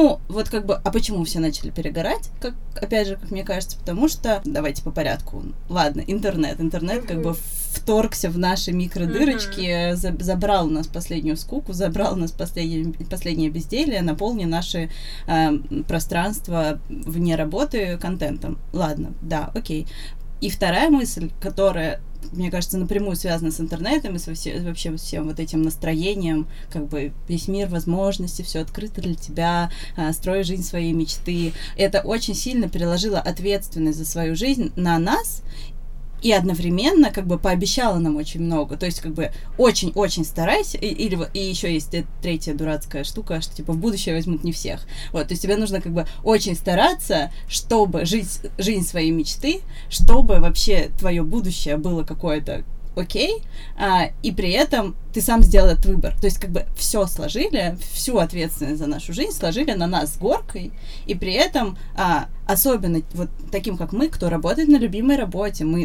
А почему все начали перегорать? Опять же, как мне кажется, потому что, давайте по порядку. Ладно, интернет вторгся в наши микродырочки, забрал у нас последнюю скуку, забрал у нас последнее безделье, наполнил наши пространства вне работы контентом. Ладно, да, окей. И вторая мысль, которая, мне кажется, напрямую связана с интернетом и вообще всем этим настроением, весь мир возможностей, все открыто для тебя, строй жизнь своей мечты. Это очень сильно переложило ответственность за свою жизнь на нас и одновременно пообещала нам очень много. То есть очень-очень старайся, и еще есть третья дурацкая штука, что в будущее возьмут не всех. То есть тебе нужно очень стараться, чтобы жить жизнь своей мечты, чтобы вообще твое будущее было какое-то окей, и при этом ты сам сделал этот выбор. То есть все сложили, всю ответственность за нашу жизнь сложили на нас с горкой, и при этом особенно таким, как мы, кто работает на любимой работе, мы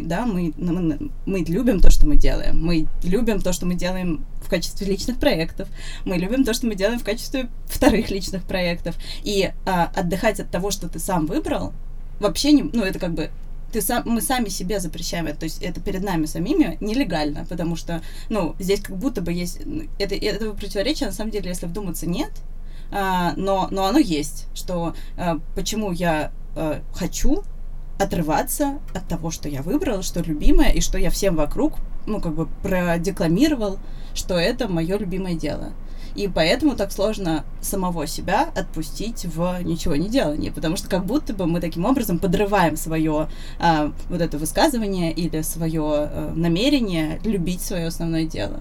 любим то, что мы делаем. Мы любим то, что мы делаем в качестве личных проектов. Мы любим то, что мы делаем в качестве вторых личных проектов. И отдыхать от того, что ты сам выбрал, вообще не... это мы сами себе запрещаем это, то есть это перед нами самими нелегально, потому что, здесь как будто бы есть... Этого противоречия, на самом деле, если вдуматься, нет, но оно есть, что почему я хочу отрываться от того, что я выбрала, что любимое, и что я всем вокруг, продекламировал, что это мое любимое дело. И поэтому так сложно самого себя отпустить в ничего не делание, потому что как будто бы мы таким образом подрываем свое вот это высказывание или свое намерение любить свое основное дело.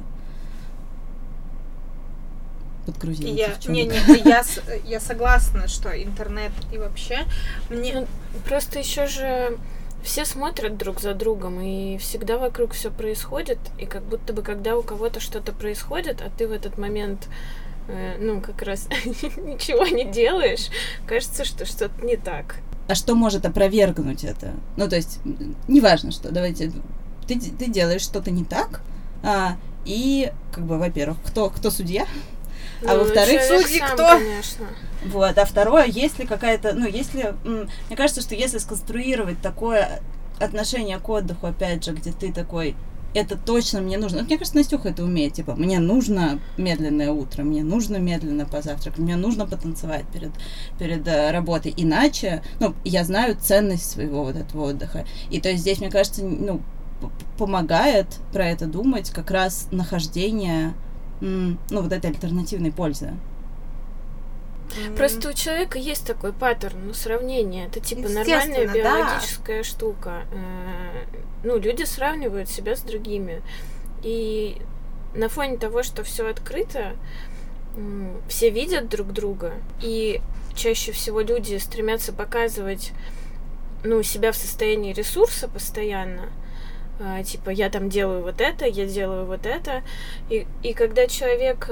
Подгрузилась. Я согласна, что интернет и вообще мне... Просто еще же все смотрят друг за другом, и всегда вокруг все происходит, и как будто бы, когда у кого-то что-то происходит, а ты в этот момент, как раз ничего не делаешь, кажется, что что-то не так. А что может опровергнуть это? Ну, то есть, неважно что, давайте, ты делаешь что-то не так, и, как бы, во-первых, кто судья? А во-вторых, судьи кто? Конечно. Вот, а второе, если какая-то, мне кажется, что если сконструировать такое отношение к отдыху, опять же, где ты такой, это точно мне нужно. Мне кажется, Настюха это умеет, типа, мне нужно медленное утро, мне нужно медленно позавтракать, мне нужно потанцевать перед работой, иначе, я знаю ценность своего вот этого отдыха. И то есть здесь, мне кажется, помогает про это думать как раз нахождение вот этой альтернативной пользы. Просто у человека есть такой паттерн, сравнение. Это типа нормальная биологическая штука. Люди сравнивают себя с другими. И на фоне того, что все открыто, все видят друг друга. И чаще всего люди стремятся показывать себя в состоянии ресурса постоянно. Типа, я там делаю вот это, я делаю вот это. И когда человек,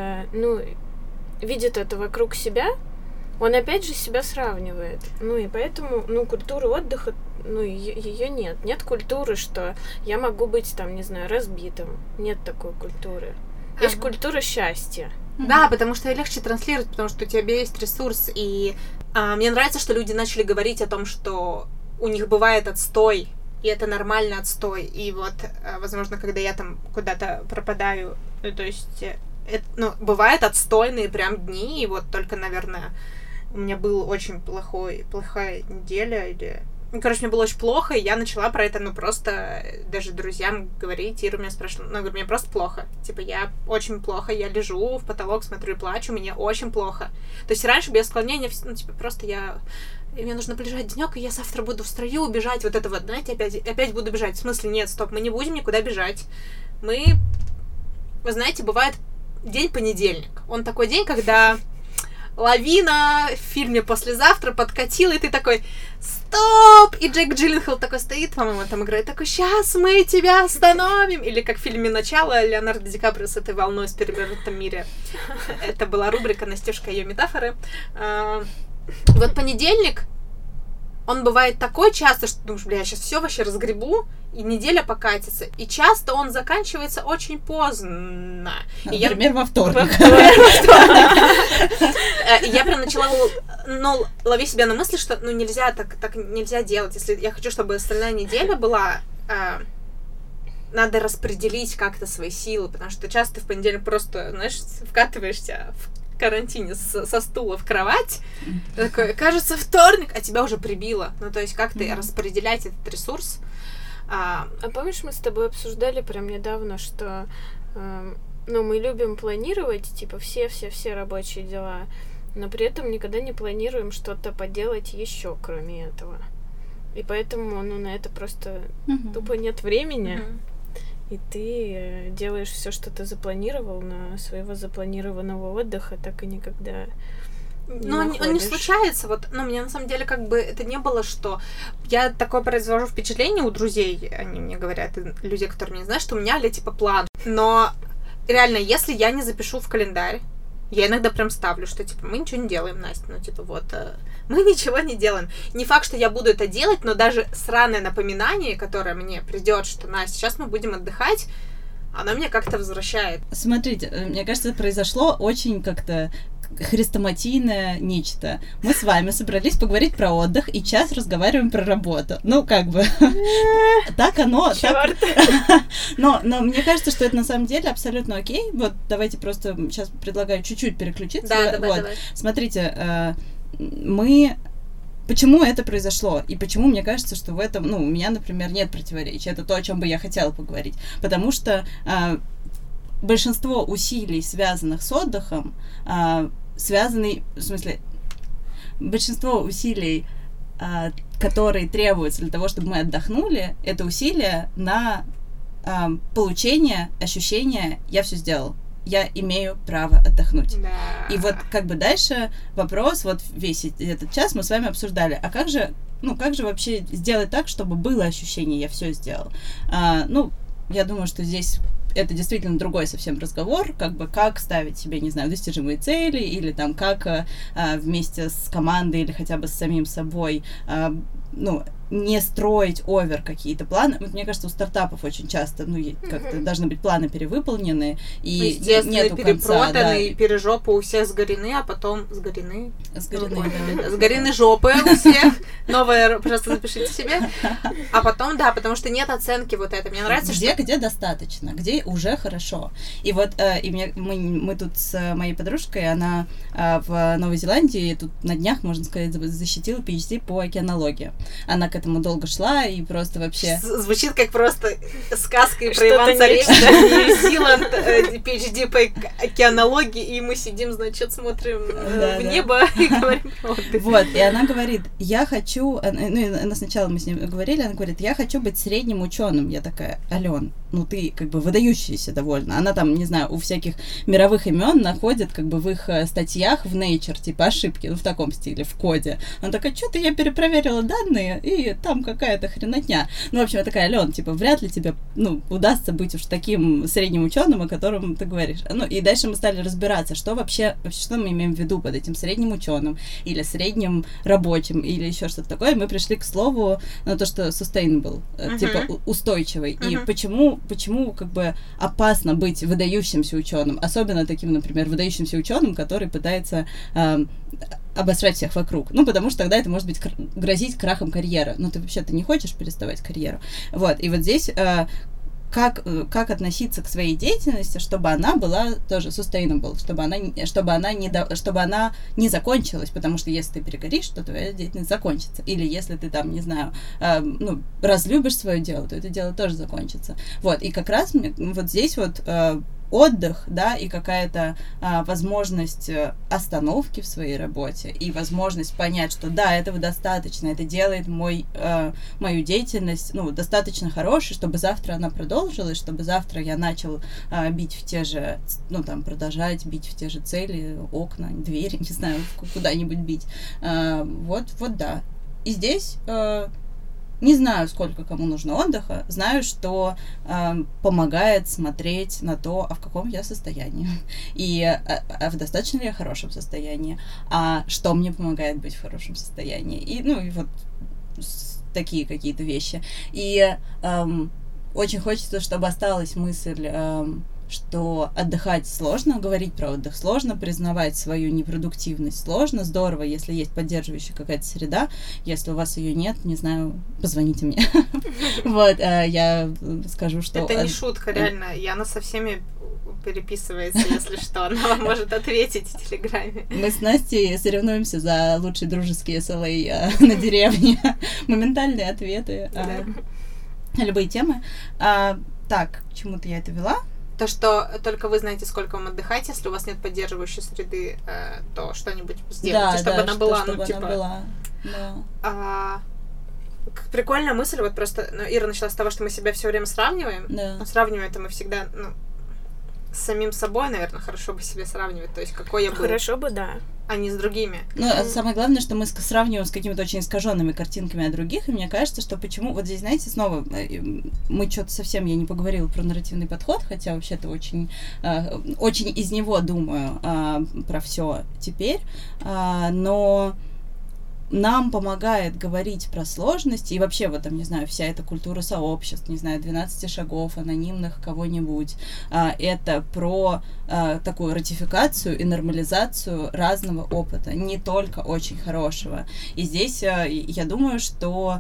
видит это вокруг себя, он опять же себя сравнивает. И поэтому, культуры отдыха, ее нет. Нет культуры, что я могу быть, там, не знаю, разбитым. Нет такой культуры. Есть культура счастья. Да, потому что легче транслировать, потому что у тебя есть ресурс. И мне нравится, что люди начали говорить о том, что у них бывает отстой, и это нормальный отстой. И вот, возможно, когда я там куда-то пропадаю, то есть, бывают отстойные прям дни, и вот только, наверное, у меня была очень плохая неделя, или... мне было очень плохо, и я начала про это, просто даже друзьям говорить. Ира меня спрашивала, говорю, мне просто плохо. Типа, я очень плохо, я лежу в потолок, смотрю и плачу, мне очень плохо. То есть раньше без склонения, просто мне нужно полежать денек, и я завтра буду в строю убежать, вот это вот, знаете, опять буду бежать. В смысле, нет, стоп, мы не будем никуда бежать. Вы знаете, бывает день понедельник. Он такой день, когда лавина в фильме «Послезавтра» подкатила, и ты такой «Стоп!» И Джейк Джилленхол такой стоит, по-моему, там играет, такой «Сейчас мы тебя остановим!» Или как в фильме «Начало» Леонардо Ди Каприо с этой волной в перевернутом мире. Это была рубрика «Настюшка и ее метафоры». Вот понедельник, он бывает такой часто, что ты думаешь, я сейчас все вообще разгребу, и неделя покатится. И часто он заканчивается очень поздно. Например, во вторник. Я прям начала ловить себя на мысли, что нельзя так нельзя делать. Если я хочу, чтобы остальная неделя была, надо распределить как-то свои силы, потому что часто ты в понедельник просто, знаешь, вкатываешься в карантине со стула в кровать, такой, кажется, вторник, а тебя уже прибило. То есть как-то распределять этот ресурс. А помнишь, мы с тобой обсуждали прям недавно, что мы любим планировать, типа, все рабочие дела, но при этом никогда не планируем что-то поделать еще, кроме этого. И поэтому, на это просто тупо нет времени. И ты делаешь все, что ты запланировал, но своего запланированного отдыха так и никогда не находишь. Он не случается. Мне на самом деле это не было, что я такое произвожу впечатление у друзей, они мне говорят, людей, которые меня знают, что у меня типа план. Но реально, если я не запишу в календарь, я иногда прям ставлю, что типа мы ничего не делаем, Настя, мы ничего не делаем. Не факт, что я буду это делать, но даже сраное напоминание, которое мне придет, что, Настя, сейчас мы будем отдыхать, оно меня как-то возвращает. Смотрите, мне кажется, произошло очень как-то хрестоматийное нечто. Мы с вами собрались поговорить про отдых и час разговариваем про работу. Так оно. Но мне кажется, что это на самом деле абсолютно окей. Вот давайте просто сейчас предлагаю чуть-чуть переключиться. Да, давай. Смотрите, почему это произошло? И почему мне кажется, что в этом, у меня, например, нет противоречия. Это то, о чем бы я хотела поговорить. Потому что большинство усилий, связанных с отдыхом, большинство усилий, которые требуются для того, чтобы мы отдохнули, это усилия на получение ощущения «я все сделал». Я имею право отдохнуть. Да. И вот как бы дальше вопрос, вот весь этот час мы с вами обсуждали, а как же вообще сделать так, чтобы было ощущение «я все сделал»? Я думаю, что здесь это действительно другой совсем разговор, как ставить себе, не знаю, достижимые цели, или там как вместе с командой или хотя бы с самим собой, не строить овер какие-то планы. Вот, мне кажется, у стартапов очень часто, как-то должны быть планы перевыплены, и нету перепроданы, конца, и пережопы у всех сгорены, а потом сгорены жопы у всех. Новое, пожалуйста, запишите себе. А потом, да, потому что нет оценки вот этой. Мне нравится, где достаточно, где уже хорошо. И вот мы тут с моей подружкой, она в Новой Зеландии тут на днях, можно сказать, защитила PhD по океанологии. Она к этому долго шла и просто вообще... Звучит как просто сказка про Иван Царевича, Нью-Зеланд, PhD по океанологии, и мы сидим, значит, смотрим в небо и говорим про отдых. Вот, и она говорит, я хочу... Сначала мы с ней говорили, она говорит, я хочу быть средним ученым. Я такая, Алён, ты как бы выдающаяся довольно. Она там, не знаю, у всяких мировых имен находит как бы в их статьях в Nature, типа ошибки, в таком стиле, в коде. Она такая, что-то я перепроверила данные, и там какая-то хренотня. В общем, я такая, Алён, типа, вряд ли тебе, удастся быть уж таким средним ученым, о котором ты говоришь. И дальше мы стали разбираться, что вообще, что мы имеем в виду под этим средним ученым, или средним рабочим, или еще что-то такое. И мы пришли к слову, то, что sustainable, типа, устойчивый. И почему как бы опасно быть выдающимся ученым, особенно таким, например, выдающимся ученым, который пытается обосрать всех вокруг. Потому что тогда это может быть грозить крахом карьеры. Ты вообще-то не хочешь переставать карьеру. Вот. И вот здесь как относиться к своей деятельности, чтобы она была тоже sustainable, чтобы она не закончилась, потому что если ты перегоришь, то твоя деятельность закончится. Или если ты там, не знаю, разлюбишь свое дело, то это дело тоже закончится. Вот. И как раз вот здесь вот отдых, да, и какая-то возможность остановки в своей работе, и возможность понять, что да, этого достаточно, это делает мою деятельность, достаточно хорошей, чтобы завтра она продолжилась, чтобы завтра я начал бить в те же, продолжать бить в те же цели, окна, двери, не знаю, куда-нибудь бить. Вот, да. И здесь... Не знаю, сколько кому нужно отдыха, знаю, что помогает смотреть на то, в каком я состоянии, и в достаточно ли я хорошем состоянии, а что мне помогает быть в хорошем состоянии, и вот такие какие-то вещи. И очень хочется, чтобы осталась мысль, что отдыхать сложно, говорить про отдых сложно, признавать свою непродуктивность сложно. Здорово, если есть поддерживающая какая-то среда. Если у вас ее нет, не знаю, позвоните мне. Вот, я скажу, что... Это не шутка, реально. Яна со всеми переписывается, если что. Она вам может ответить в Телеграме. Мы с Настей соревнуемся за лучшие дружеские SLA на деревне. Моментальные ответы на любые темы. Так, к чему-то я это вела. То, что только вы знаете, сколько вам отдыхать, если у вас нет поддерживающей среды, то что-нибудь сделайте, чтобы она была, Да. Прикольная мысль, вот просто, Ира начала с того, что мы себя все время сравниваем, но сравниваем это мы всегда, с самим собой, наверное, хорошо бы себя сравнивать, то есть какой я был. Хорошо бы, да. А не с другими. Самое главное, что мы сравниваем с какими-то очень искаженными картинками о других, и мне кажется, что почему... Вот здесь, знаете, снова мы что-то совсем... Я не поговорила про нарративный подход, хотя вообще-то очень из него думаю про все теперь, но... Нам помогает говорить про сложности, и вообще, вот там, не знаю, вся эта культура сообществ, не знаю, 12 шагов, анонимных кого-нибудь, это про такую ратификацию и нормализацию разного опыта, не только очень хорошего. И здесь я думаю, что,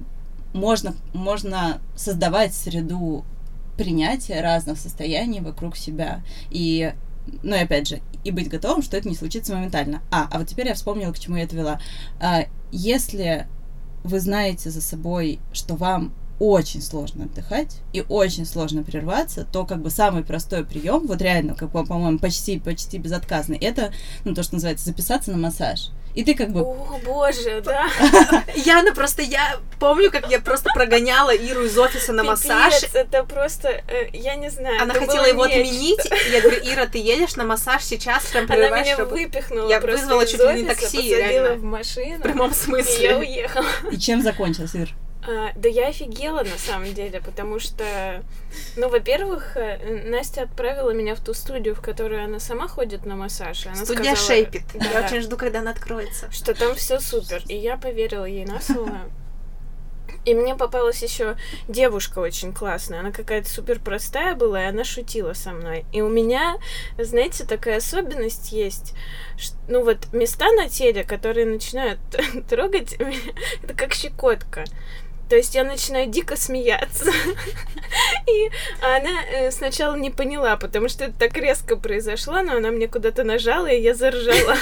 можно создавать среду принятия разных состояний вокруг себя, и опять же, и быть готовым, что это не случится моментально. А вот теперь я вспомнила, к чему я это вела. Если вы знаете за собой, что вам очень сложно отдыхать и очень сложно прерваться, то как бы самый простой прием, вот реально, как бы, по-моему, почти безотказный, это, ну, то, что называется, записаться на массаж. И ты как бы... О, боже, да. Я помню, как я просто прогоняла Иру из офиса на массаж. Это просто, я не знаю. Она хотела его отменить. Я говорю: Ира, ты едешь на массаж сейчас, прям прерываешь. Она меня выпихнула. Я вызвала чуть ли не такси, посадила в машину. В прямом смысле. И я уехала. И чем закончилось, Ир? Да я офигела, на самом деле, потому что, ну, во-первых, Настя отправила меня в ту студию, в которую она сама ходит на массаж. Она Студия сказала, Shape It. Я очень жду, когда она откроется. Что там все супер. И я поверила ей на слово. И мне попалась еще девушка очень классная. Она какая-то супер простая была, и она шутила со мной. И у меня, знаете, такая особенность есть. Ну вот места на теле, которые начинают трогать меня, это как щекотка. То есть я начинаю дико смеяться. И она сначала не поняла, потому что это так резко произошло, но она мне куда-то нажала, и я заржала.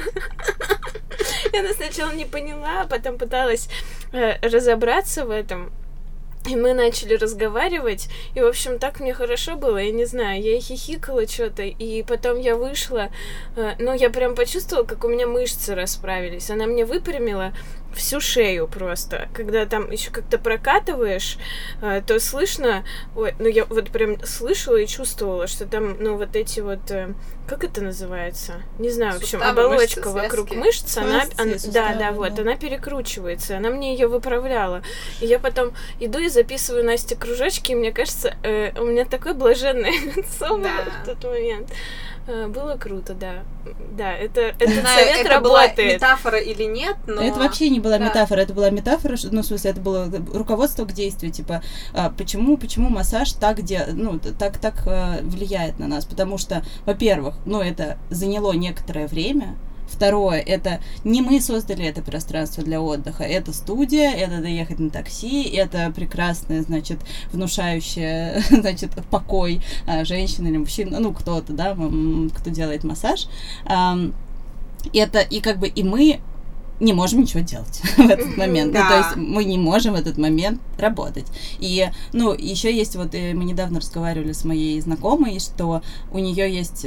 И она сначала не поняла, а потом пыталась разобраться в этом. И мы начали разговаривать, и, в общем, так мне хорошо было, я не знаю, я хихикала что-то, и потом я вышла, ну, я прям почувствовала, как у меня мышцы расправились, она мне выпрямила всю шею просто, когда там еще как-то прокатываешь, то слышно, ой, ну, я вот прям слышала и чувствовала, что там, ну, вот эти вот, как это называется? Не знаю, в общем, оболочка вокруг мышц, она перекручивается, она мне ее выправляла, и я потом иду и записываю Насте кружочки, и мне кажется, у меня такое блаженное лицо было в тот момент. Было круто, да. Да, этот совет это работает. Была метафора или нет, но... Это вообще не была метафора, это была метафора, ну, в смысле, это было руководство к действию, типа, почему массаж так влияет на нас, потому что, во-первых, ну, это заняло некоторое время. Второе, это не мы создали это пространство для отдыха, это студия, это доехать на такси, это прекрасное, значит, внушающее, значит, покой женщина или мужчина, ну, кто-то, да, кто делает массаж. Это, и как бы, и мы не можем ничего делать в этот момент. Да. Ну, то есть мы не можем в этот момент работать. И, ну, еще есть, вот мы недавно разговаривали с моей знакомой, что у нее есть...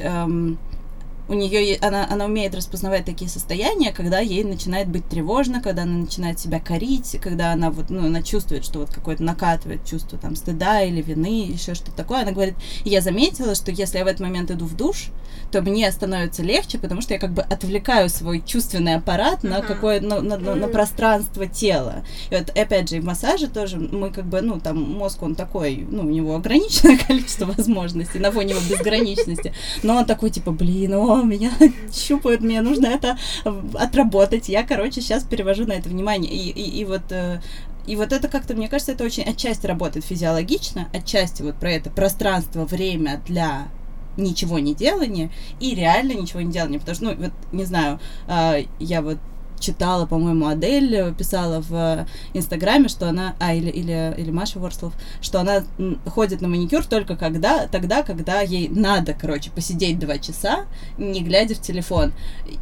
она умеет распознавать такие состояния, когда ей начинает быть тревожно, когда она начинает себя корить, когда она вот, ну, она чувствует, что вот какое-то накатывает чувство там стыда или вины, еще что-то такое. Она говорит, я заметила, что если я в этот момент иду в душ, то мне становится легче, потому что я как бы отвлекаю свой чувственный аппарат на какое, на пространство тела. И вот, опять же, в массаже тоже мы как бы, ну, там мозг, он такой, ну, у него ограниченное количество возможностей на фоне его безграничности, но он такой, типа, блин, меня щупают, мне нужно это отработать. Я, короче, сейчас перевожу на это внимание. И вот это как-то, мне кажется, это очень отчасти работает физиологично, отчасти вот про это пространство, время для ничего не делания и реально ничего не делания. Потому что, ну, вот, не знаю, я вот читала, по-моему, Адель писала в Инстаграме, что она, или Маша Ворслов, что она ходит на маникюр только тогда, когда ей надо, короче, посидеть 2 часа, не глядя в телефон.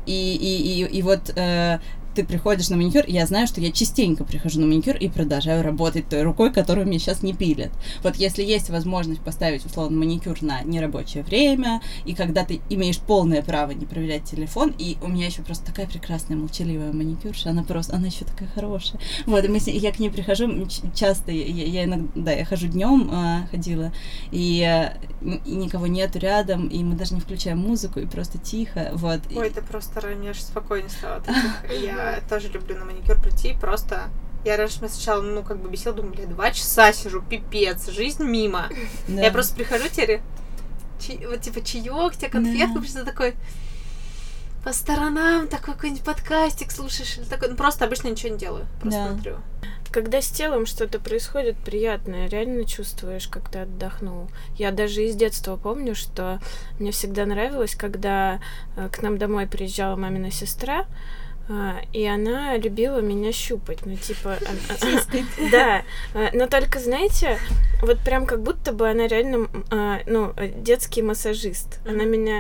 И вот ты приходишь на маникюр, и я знаю, что я частенько прихожу на маникюр и продолжаю работать той рукой, которую мне сейчас не пилят. Вот если есть возможность поставить, условно, маникюр на нерабочее время, и когда ты имеешь полное право не проверять телефон, и у меня еще просто такая прекрасная, молчаливая маникюрша, она еще такая хорошая. Вот, и я к ней прихожу часто, я иногда, я хожу днем, ходила, и никого нету рядом, и мы даже не включаем музыку, и просто тихо, вот. Ой, это просто, мне аж спокойно стало. Я тоже люблю на маникюр прийти, просто... Я раньше меня сначала, ну, как бы бесила, думаю, 2 часа сижу, пипец, жизнь мимо. Да. Я просто прихожу, теперь, вот, типа, чаёк, тебе конфетку, что такой... По сторонам такой какой-нибудь подкастик слушаешь, или такой... Ну, просто обычно ничего не делаю, просто смотрю. Когда с телом что-то происходит приятное, реально чувствуешь, как ты отдохнул. Я даже из детства помню, что мне всегда нравилось, когда к нам домой приезжала мамина сестра, и она любила меня щупать, ну, типа... Да, но только, знаете, вот прям как будто бы она реально, ну, детский массажист. Она меня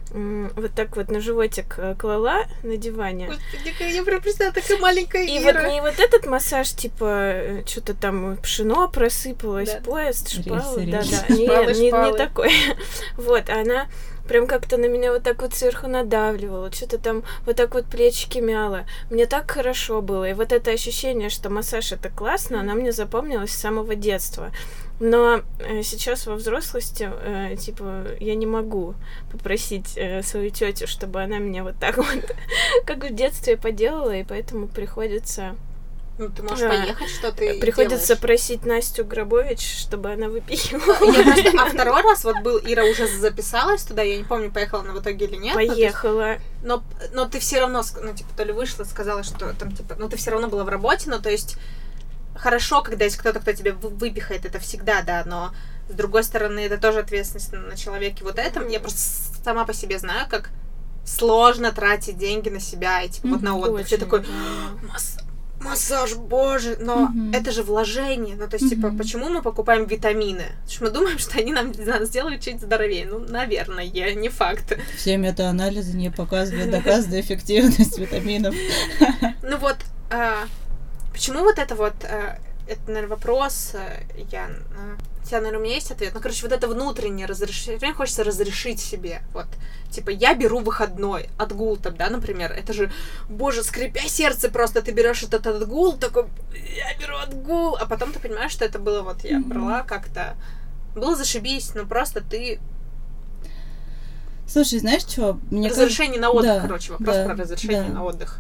вот так вот на животик клала на диване. Господи, я прям представляю, такая маленькая И Ира. вот не вот этот массаж, типа, что-то там пшено просыпалось, Да. поезд, шпалы. Да. Шпалы. Не такой. Вот, она прям как-то на меня вот так вот сверху надавливала, что-то там вот так вот плечики мяла. Мне так хорошо было. И вот это ощущение, что массаж это классно, она мне запомнилась с самого детства. Но сейчас во взрослости, типа, я не могу попросить свою тетю, чтобы она меня вот так вот, как в детстве, поделала, и поэтому приходится... Ну, ты можешь поехать, что ты Приходится делаешь? Просить Настю Грабович, чтобы она выпихивала. А второй раз вот был, Ира уже записалась туда, я не помню, поехала она в итоге или нет. Поехала. Но ты все равно, ну, типа, то ли вышла, сказала, что там, типа, ну, ты все равно была в работе, ну, то есть, хорошо, когда есть кто-то, кто тебя выпихает, это всегда, да, но, с другой стороны, это тоже ответственность на человеке вот этом. Я просто сама по себе знаю, как сложно тратить деньги на себя и, типа, вот на отдых. Ты такой, массаж, боже, но это же вложение. Ну, то есть, типа, почему мы покупаем витамины? Потому что мы думаем, что они нам сделают чуть здоровее. Ну, наверное, не факт. Все мета-анализы не показывают доказанную эффективность витаминов. Ну вот, почему вот это вот, это, наверное, вопрос, наверное, у меня есть ответ. Ну, короче, вот это внутреннее разрешение, хочется разрешить себе, вот, типа, я беру выходной, отгул там, да, например, это же, боже, скрипя сердце просто, ты берешь этот отгул, такой, я беру отгул, а потом ты понимаешь, что это было, вот, я брала как-то, было зашибись, но просто ты... Слушай, знаешь что? Разрешение на отдых, короче, вопрос про разрешение на отдых.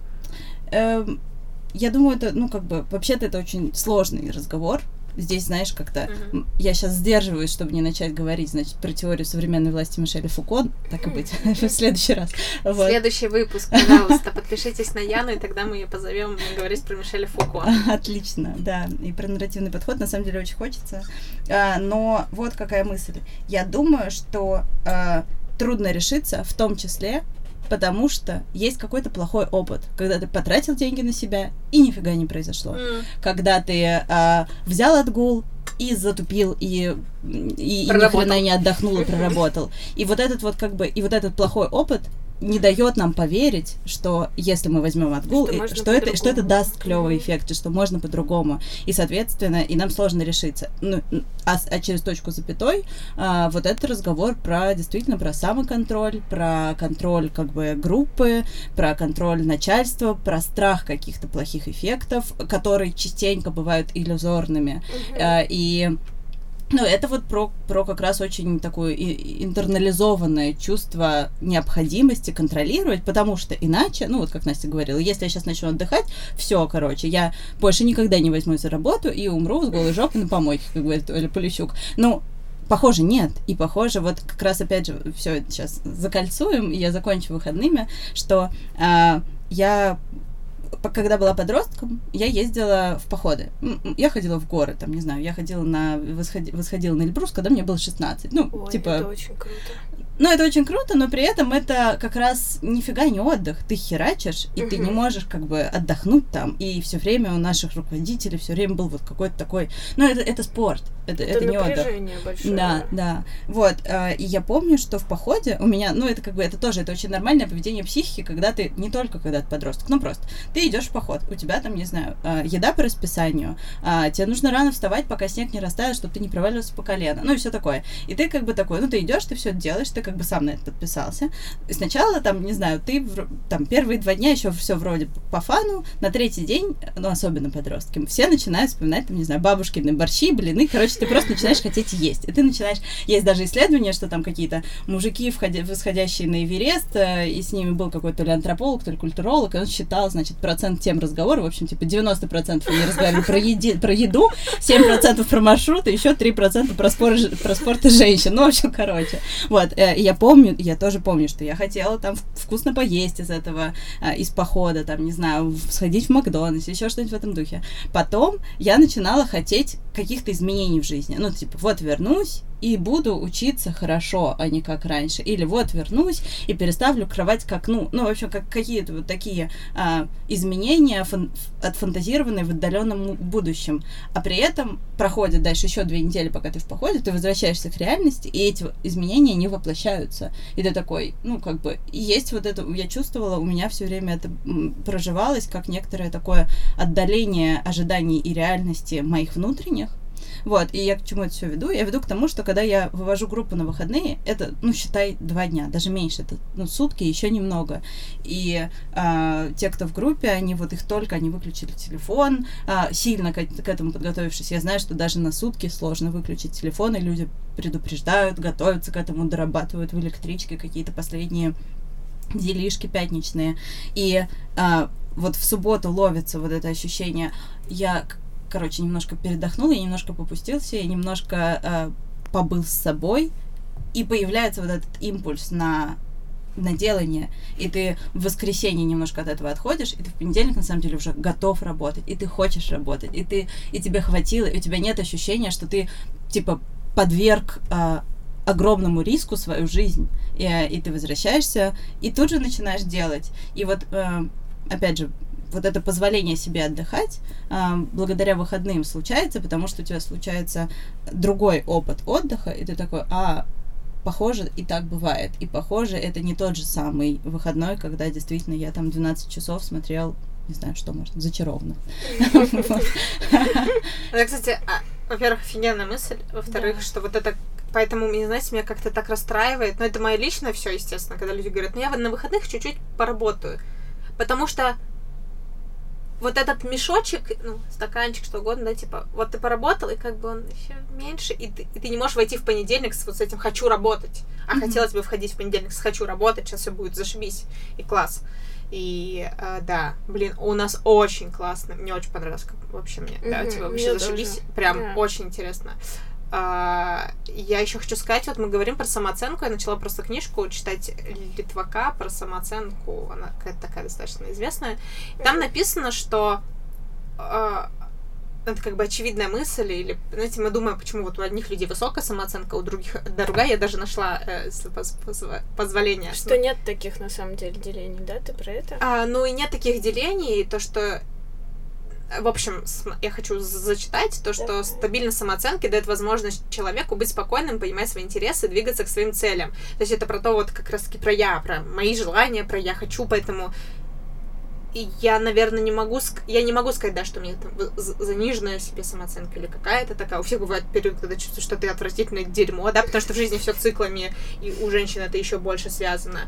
Я думаю, это, ну, как бы, вообще-то это очень сложный разговор. Здесь, знаешь, как-то... Я сейчас сдерживаюсь, чтобы не начать говорить, значит, про теорию современной власти Мишеля Фуко. Так и быть, в следующий раз. Вот. Следующий выпуск, пожалуйста, подпишитесь на Яну, и тогда мы ее позовем говорить про Мишеля Фуко. Отлично, да. И про нарративный подход, на самом деле, очень хочется. Но вот какая мысль. Я думаю, что трудно решиться, в том числе, потому что есть какой-то плохой опыт, когда ты потратил деньги на себя, и нифига не произошло. Когда ты взял отгул и затупил, и ни хрена не отдохнул и проработал. И вот этот вот как бы, и вот этот плохой опыт не дает нам поверить, что если мы возьмем отгул, что это даст клевый эффект, и что можно по-другому. И, соответственно, и нам сложно решиться. Ну, а через точку запятой вот этот разговор про действительно про самоконтроль, про контроль как бы группы, про контроль начальства, про страх каких-то плохих эффектов, которые частенько бывают иллюзорными. И ну, это вот про как раз очень такое интернализованное чувство необходимости контролировать, потому что иначе, ну, вот как Настя говорила, если я сейчас начну отдыхать, все, короче, я больше никогда не возьмусь за работу и умру с голой жопой на помойке, как говорит Оля Полищук. Ну, похоже, нет. И похоже, вот как раз опять же все это сейчас закольцуем, и я закончу выходными, что я... Когда была подростком, я ездила в походы. Я ходила в горы, там, не знаю, я ходила восходила на Эльбрус, когда мне было 16. Ну, ой, типа... это очень круто. Ну, это очень круто, но при этом это как раз нифига не отдых. Ты херачишь, и ты не можешь как бы отдохнуть там. И все время у наших руководителей все время был вот какой-то такой... Ну, это спорт, это не отдых. Напряжение большое. Да. Вот, и я помню, что в походе у меня, ну, это как бы, это тоже, это очень нормальное поведение психики, когда ты, не только когда ты подросток, ну, просто, ты идешь в поход, у тебя там, не знаю, еда по расписанию, тебе нужно рано вставать, пока снег не растаял, чтобы ты не провалился по колено, ну, и все такое. И ты как бы такой, ну, ты идешь, ты все делаешь, ты как бы сам на это подписался. И сначала, там, не знаю, ты там первые 2 дня еще все вроде по фану, на 3-й день, ну, особенно подростки, все начинают вспоминать, там, не знаю, бабушкины борщи, блины, короче, ты просто начинаешь хотеть есть. И ты начинаешь... Есть даже исследования, что там какие-то мужики, восходящие на Эверест, и с ними был какой-то то ли антрополог, то ли культуролог, и он считал, значит, процент тем разговора, в общем, типа 90% они разговаривали про еду, 7% про маршрут, и еще 3% про спорт и женщин. Ну, в общем, короче. Вот, я тоже помню, что я хотела там вкусно поесть из этого, из похода, там, не знаю, сходить в Макдональдс, еще что-нибудь в этом духе. Потом я начинала хотеть каких-то изменений в жизни. Ну, типа, вот вернусь, и буду учиться хорошо, а не как раньше. Или вот вернусь и переставлю кровать к окну. Ну, в общем, как какие-то вот такие изменения, отфантазированные в отдаленном будущем. А при этом проходит дальше еще 2 недели, пока ты в походе, ты возвращаешься к реальности, и эти изменения не воплощаются. И ты такой, ну, как бы, есть вот это, я чувствовала, у меня все время это проживалось, как некоторое такое отдаление ожиданий и реальности моих внутренних. Вот, и я к чему это все веду? Я веду к тому, что когда я вывожу группу на выходные, это, ну, считай, 2 дня, даже меньше, это, ну, сутки, еще немного. И те, кто в группе, они выключили телефон, сильно к этому подготовившись. Я знаю, что даже на сутки сложно выключить телефон, и люди предупреждают, готовятся к этому, дорабатывают в электричке какие-то последние делишки пятничные. И вот в субботу ловится вот это ощущение, немножко передохнул, я немножко попустился, я немножко побыл с собой, и появляется вот этот импульс на делание, и ты в воскресенье немножко от этого отходишь, и ты в понедельник, на самом деле, уже готов работать, и ты хочешь работать, и тебе хватило, и у тебя нет ощущения, что ты, типа, подверг огромному риску свою жизнь, и ты возвращаешься, и тут же начинаешь делать. И вот, опять же, вот это позволение себе отдыхать благодаря выходным случается, потому что у тебя случается другой опыт отдыха, и ты такой, похоже, и так бывает. И похоже, это не тот же самый выходной, когда действительно я там 12 часов смотрел, не знаю, что может, «Зачарованных». Это, кстати, во-первых, офигенная мысль, во-вторых, что вот это, поэтому, знаете, меня как-то так расстраивает, но это мое личное все, естественно, когда люди говорят, я на выходных чуть-чуть поработаю, потому что вот этот мешочек, стаканчик, что угодно, да, типа, вот ты поработал, и как бы он еще меньше, и ты не можешь войти в понедельник с вот с этим «хочу работать», хотелось бы входить в понедельник с «хочу работать», сейчас все будет зашибись, и класс. И, да, у нас очень классно, мне очень понравилось, как вообще мне, да, типа, вообще зашибись, прям очень интересно. Я еще хочу сказать, вот мы говорим про самооценку, я начала просто книжку читать Литвака про самооценку, она какая-то такая достаточно известная. Там написано, что это как бы очевидная мысль, или, знаете, мы думаем, почему вот у одних людей высокая самооценка, у других другая, я даже нашла позволение. Что нет таких, на самом деле, делений, да, ты про это? И нет таких делений, то, что в общем, я хочу зачитать то, что стабильность самооценки дает возможность человеку быть спокойным, понимать свои интересы, двигаться к своим целям. То есть это про то, вот как раз-таки про мои желания, про я хочу, поэтому и я, наверное, не могу сказать, да, что у меня там заниженная себе самооценка или какая-то такая. У всех бывает период, когда чувствуешь, что ты отвратительное дерьмо, да, потому что в жизни все циклами, и у женщин это еще больше связано.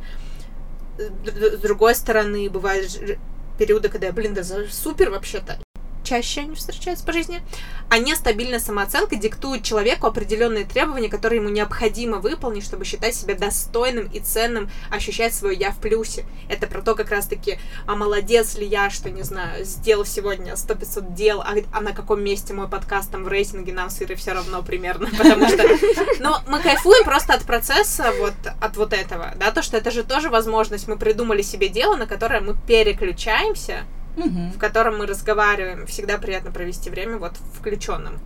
С другой стороны, бывают периоды, когда супер вообще-то. Чаще они встречаются по жизни, а нестабильная самооценка диктует человеку определенные требования, которые ему необходимо выполнить, чтобы считать себя достойным и ценным, ощущать свое «я» в плюсе. Это про то, как раз-таки, молодец ли я, что, не знаю, сделал сегодня 100-500 дел, а на каком месте мой подкаст там в рейтинге, нам с Ирой все равно примерно, потому что... Но мы кайфуем просто от процесса, от вот этого, да, то, что это же тоже возможность, мы придумали себе дело, на которое мы переключаемся, в котором мы разговариваем. Всегда приятно провести время вот включенным.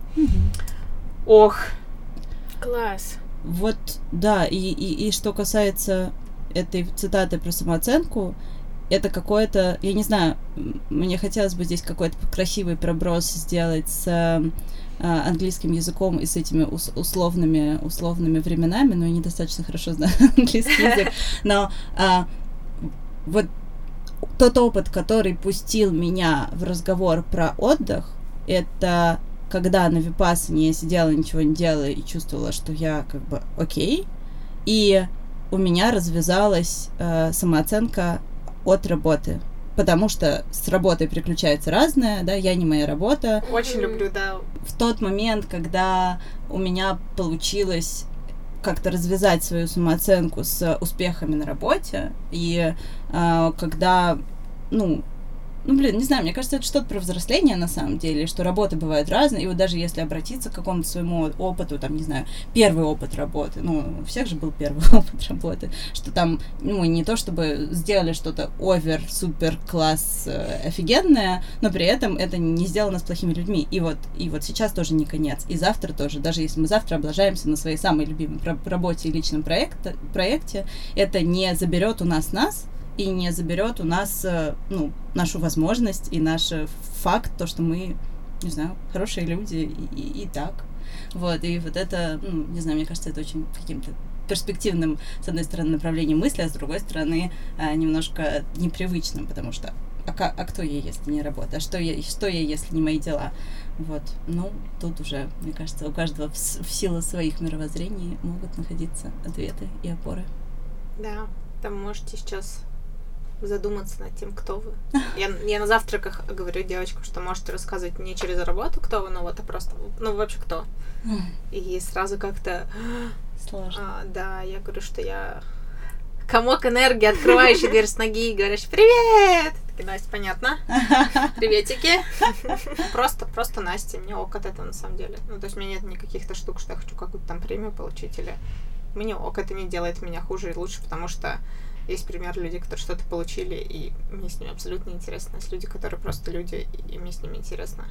Ох. Класс. Вот, да, и что касается этой цитаты про самооценку, это какое-то, я не знаю, мне хотелось бы здесь какой-то красивый проброс сделать с английским языком и с этими условными временами, но я недостаточно хорошо знаю английский язык, но вот тот опыт, который пустил меня в разговор про отдых, это когда на випассане я сидела, ничего не делала и чувствовала, что я как бы окей, и у меня развязалась самооценка от работы, потому что с работой приключается разное, да, я не моя работа. Очень люблю, да. В тот момент, когда у меня получилось как-то развязать свою самооценку с успехами на работе, и когда, не знаю, мне кажется, это что-то про взросление на самом деле, что работы бывают разные, и вот даже если обратиться к какому-то своему опыту, там, не знаю, первый опыт работы, у всех же был первый опыт работы, что там, не то чтобы сделали что-то супер-класс офигенное, но при этом это не сделано с плохими людьми, и вот сейчас тоже не конец, и завтра тоже, даже если мы завтра облажаемся на своей самой любимой работе и личном проекте, это не заберет у нас, и не заберет у нас, нашу возможность и наш факт, то, что мы, не знаю, хорошие люди и так. Вот, и вот это, не знаю, мне кажется, это очень каким-то перспективным, с одной стороны, направлением мысли, а с другой стороны, немножко непривычным, потому что а кто я, если не работа? А что я, если не мои дела? Вот, тут уже, мне кажется, у каждого в силу своих мировоззрений могут находиться ответы и опоры. Да, там можете сейчас задуматься над тем, кто вы. Я на завтраках говорю девочкам, что можете рассказывать не через работу, кто вы, а просто, вообще кто. И сразу как-то... Сложно. Да, я говорю, что я комок энергии, открывающий дверь с ноги и говорящий «Привет!» Такие, Настя, понятно. Приветики. Просто Настя. Мне ок от этого, на самом деле. То есть у меня нет никаких-то штук, что я хочу какую-то там премию получить, или... Мне ок, это не делает меня хуже и лучше, потому что есть пример людей, которые что-то получили, и мне с ними абсолютно не интересно. Есть люди, которые просто люди, и мне с ними интересно.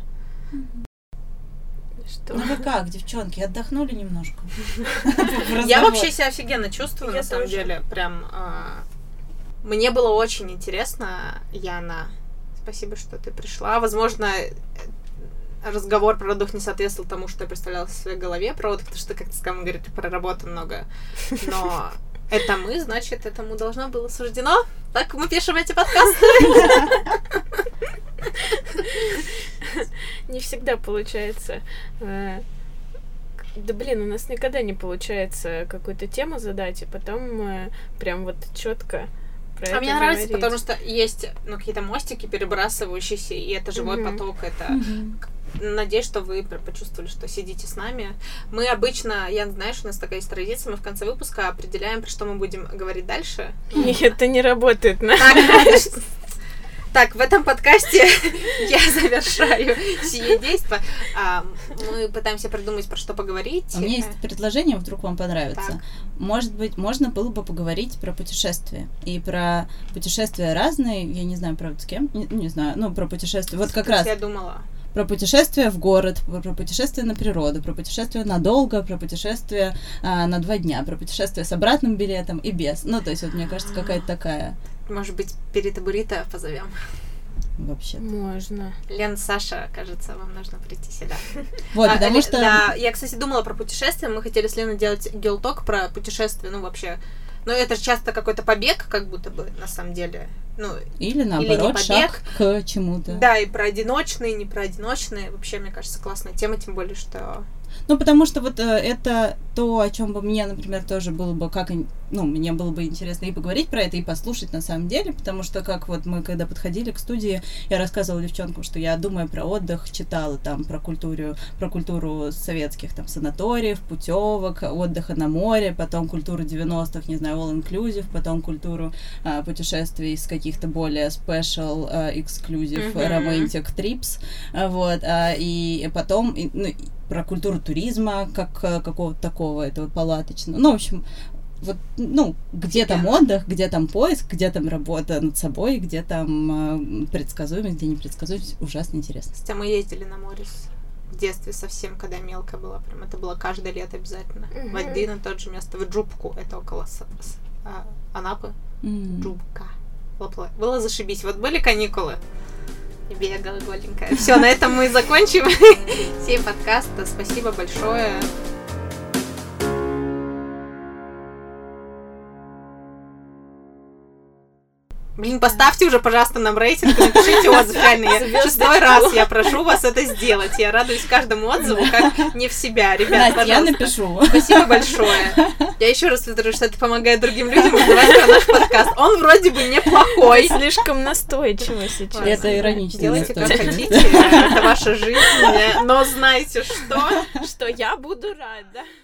Что? Вы как, девчонки, отдохнули немножко? Я вообще себя офигенно чувствую, на самом деле. Прям мне было очень интересно, Яна. Спасибо, что ты пришла. Возможно, разговор про отдых не соответствовал тому, что я представляла в своей голове про отдых, потому что, как ты сказала, мы говорили про работу много. Но это мы, значит, этому должно было суждено. Так мы пишем эти подкасты. Не всегда получается. Да у нас никогда не получается какую-то тему задать, и потом прям вот четко про это мне нравится, потому что есть какие-то мостики перебрасывающиеся, и это живой поток, это... Надеюсь, что вы почувствовали, что сидите с нами. Мы обычно, знаешь, у нас такая есть традиция, мы в конце выпуска определяем, про что мы будем говорить дальше. Нет, это не работает. Так, в этом подкасте я завершаю сие действо. Мы пытаемся придумать, про что поговорить. У меня есть предложение, вдруг вам понравится. Так. Может быть, можно было бы поговорить про путешествия. И про путешествия разные, я не знаю, правда, с кем, не знаю, про путешествия. Вот как раз. Я думала. Про путешествия в город, про путешествия на природу, про путешествия надолго, про путешествия на 2 дня, про путешествия с обратным билетом и без. То есть, вот мне кажется, какая-то такая... Может быть, Перита-Бурита позовем? Вообще-то. Можно. Лен, Саша, кажется, вам нужно прийти сюда. Вот, потому что... Да, я, кстати, думала про путешествия. Мы хотели с Леной делать геоток про путешествия, вообще... это же часто какой-то побег, как будто бы, на самом деле. Или наоборот, шаг к чему-то. Да, и про одиночные, не про одиночные. Вообще, мне кажется, классная тема, тем более, что... потому что вот это то, о чем бы мне, например, тоже было бы, мне было бы интересно и поговорить про это, и послушать на самом деле, потому что, как вот мы, когда подходили к студии, я рассказывала девчонкам, что я, думая про отдых, читала там про культуру советских там санаториев, путевок, отдыха на море, потом культуру 90-х, не знаю, all-inclusive, потом культуру путешествий с каких-то более special, exclusive, romantic trips, вот, и потом... про культуру туризма, как какого-то такого, этого палаточного. В общем, вот, где там отдых, где там поиск, где там работа над собой, где там предсказуемость, где непредсказуемость. Ужасно интересно. Хотя мы ездили на море в детстве совсем, когда мелкая была. Прям это было каждое лето обязательно. В один и тот же место. В Джубку. Это около Анапы. Джубка. Было зашибись. Вот были каникулы. Бегала голенькая. Все, на этом мы закончим сей подкаст. Спасибо большое. Поставьте уже, пожалуйста, нам рейтинг, напишите отзыв. Реально, 6-й раз я прошу вас это сделать. Я радуюсь каждому отзыву, как не в себя. Ребят, Настя, я напишу. Спасибо большое. Я еще раз повторю, что это помогает другим людям узнавать про наш подкаст. Он вроде бы неплохой. Слишком настойчиво сейчас. Это иронично. Делайте как хотите, это ваша жизнь. Но знайте что? Что я буду рада.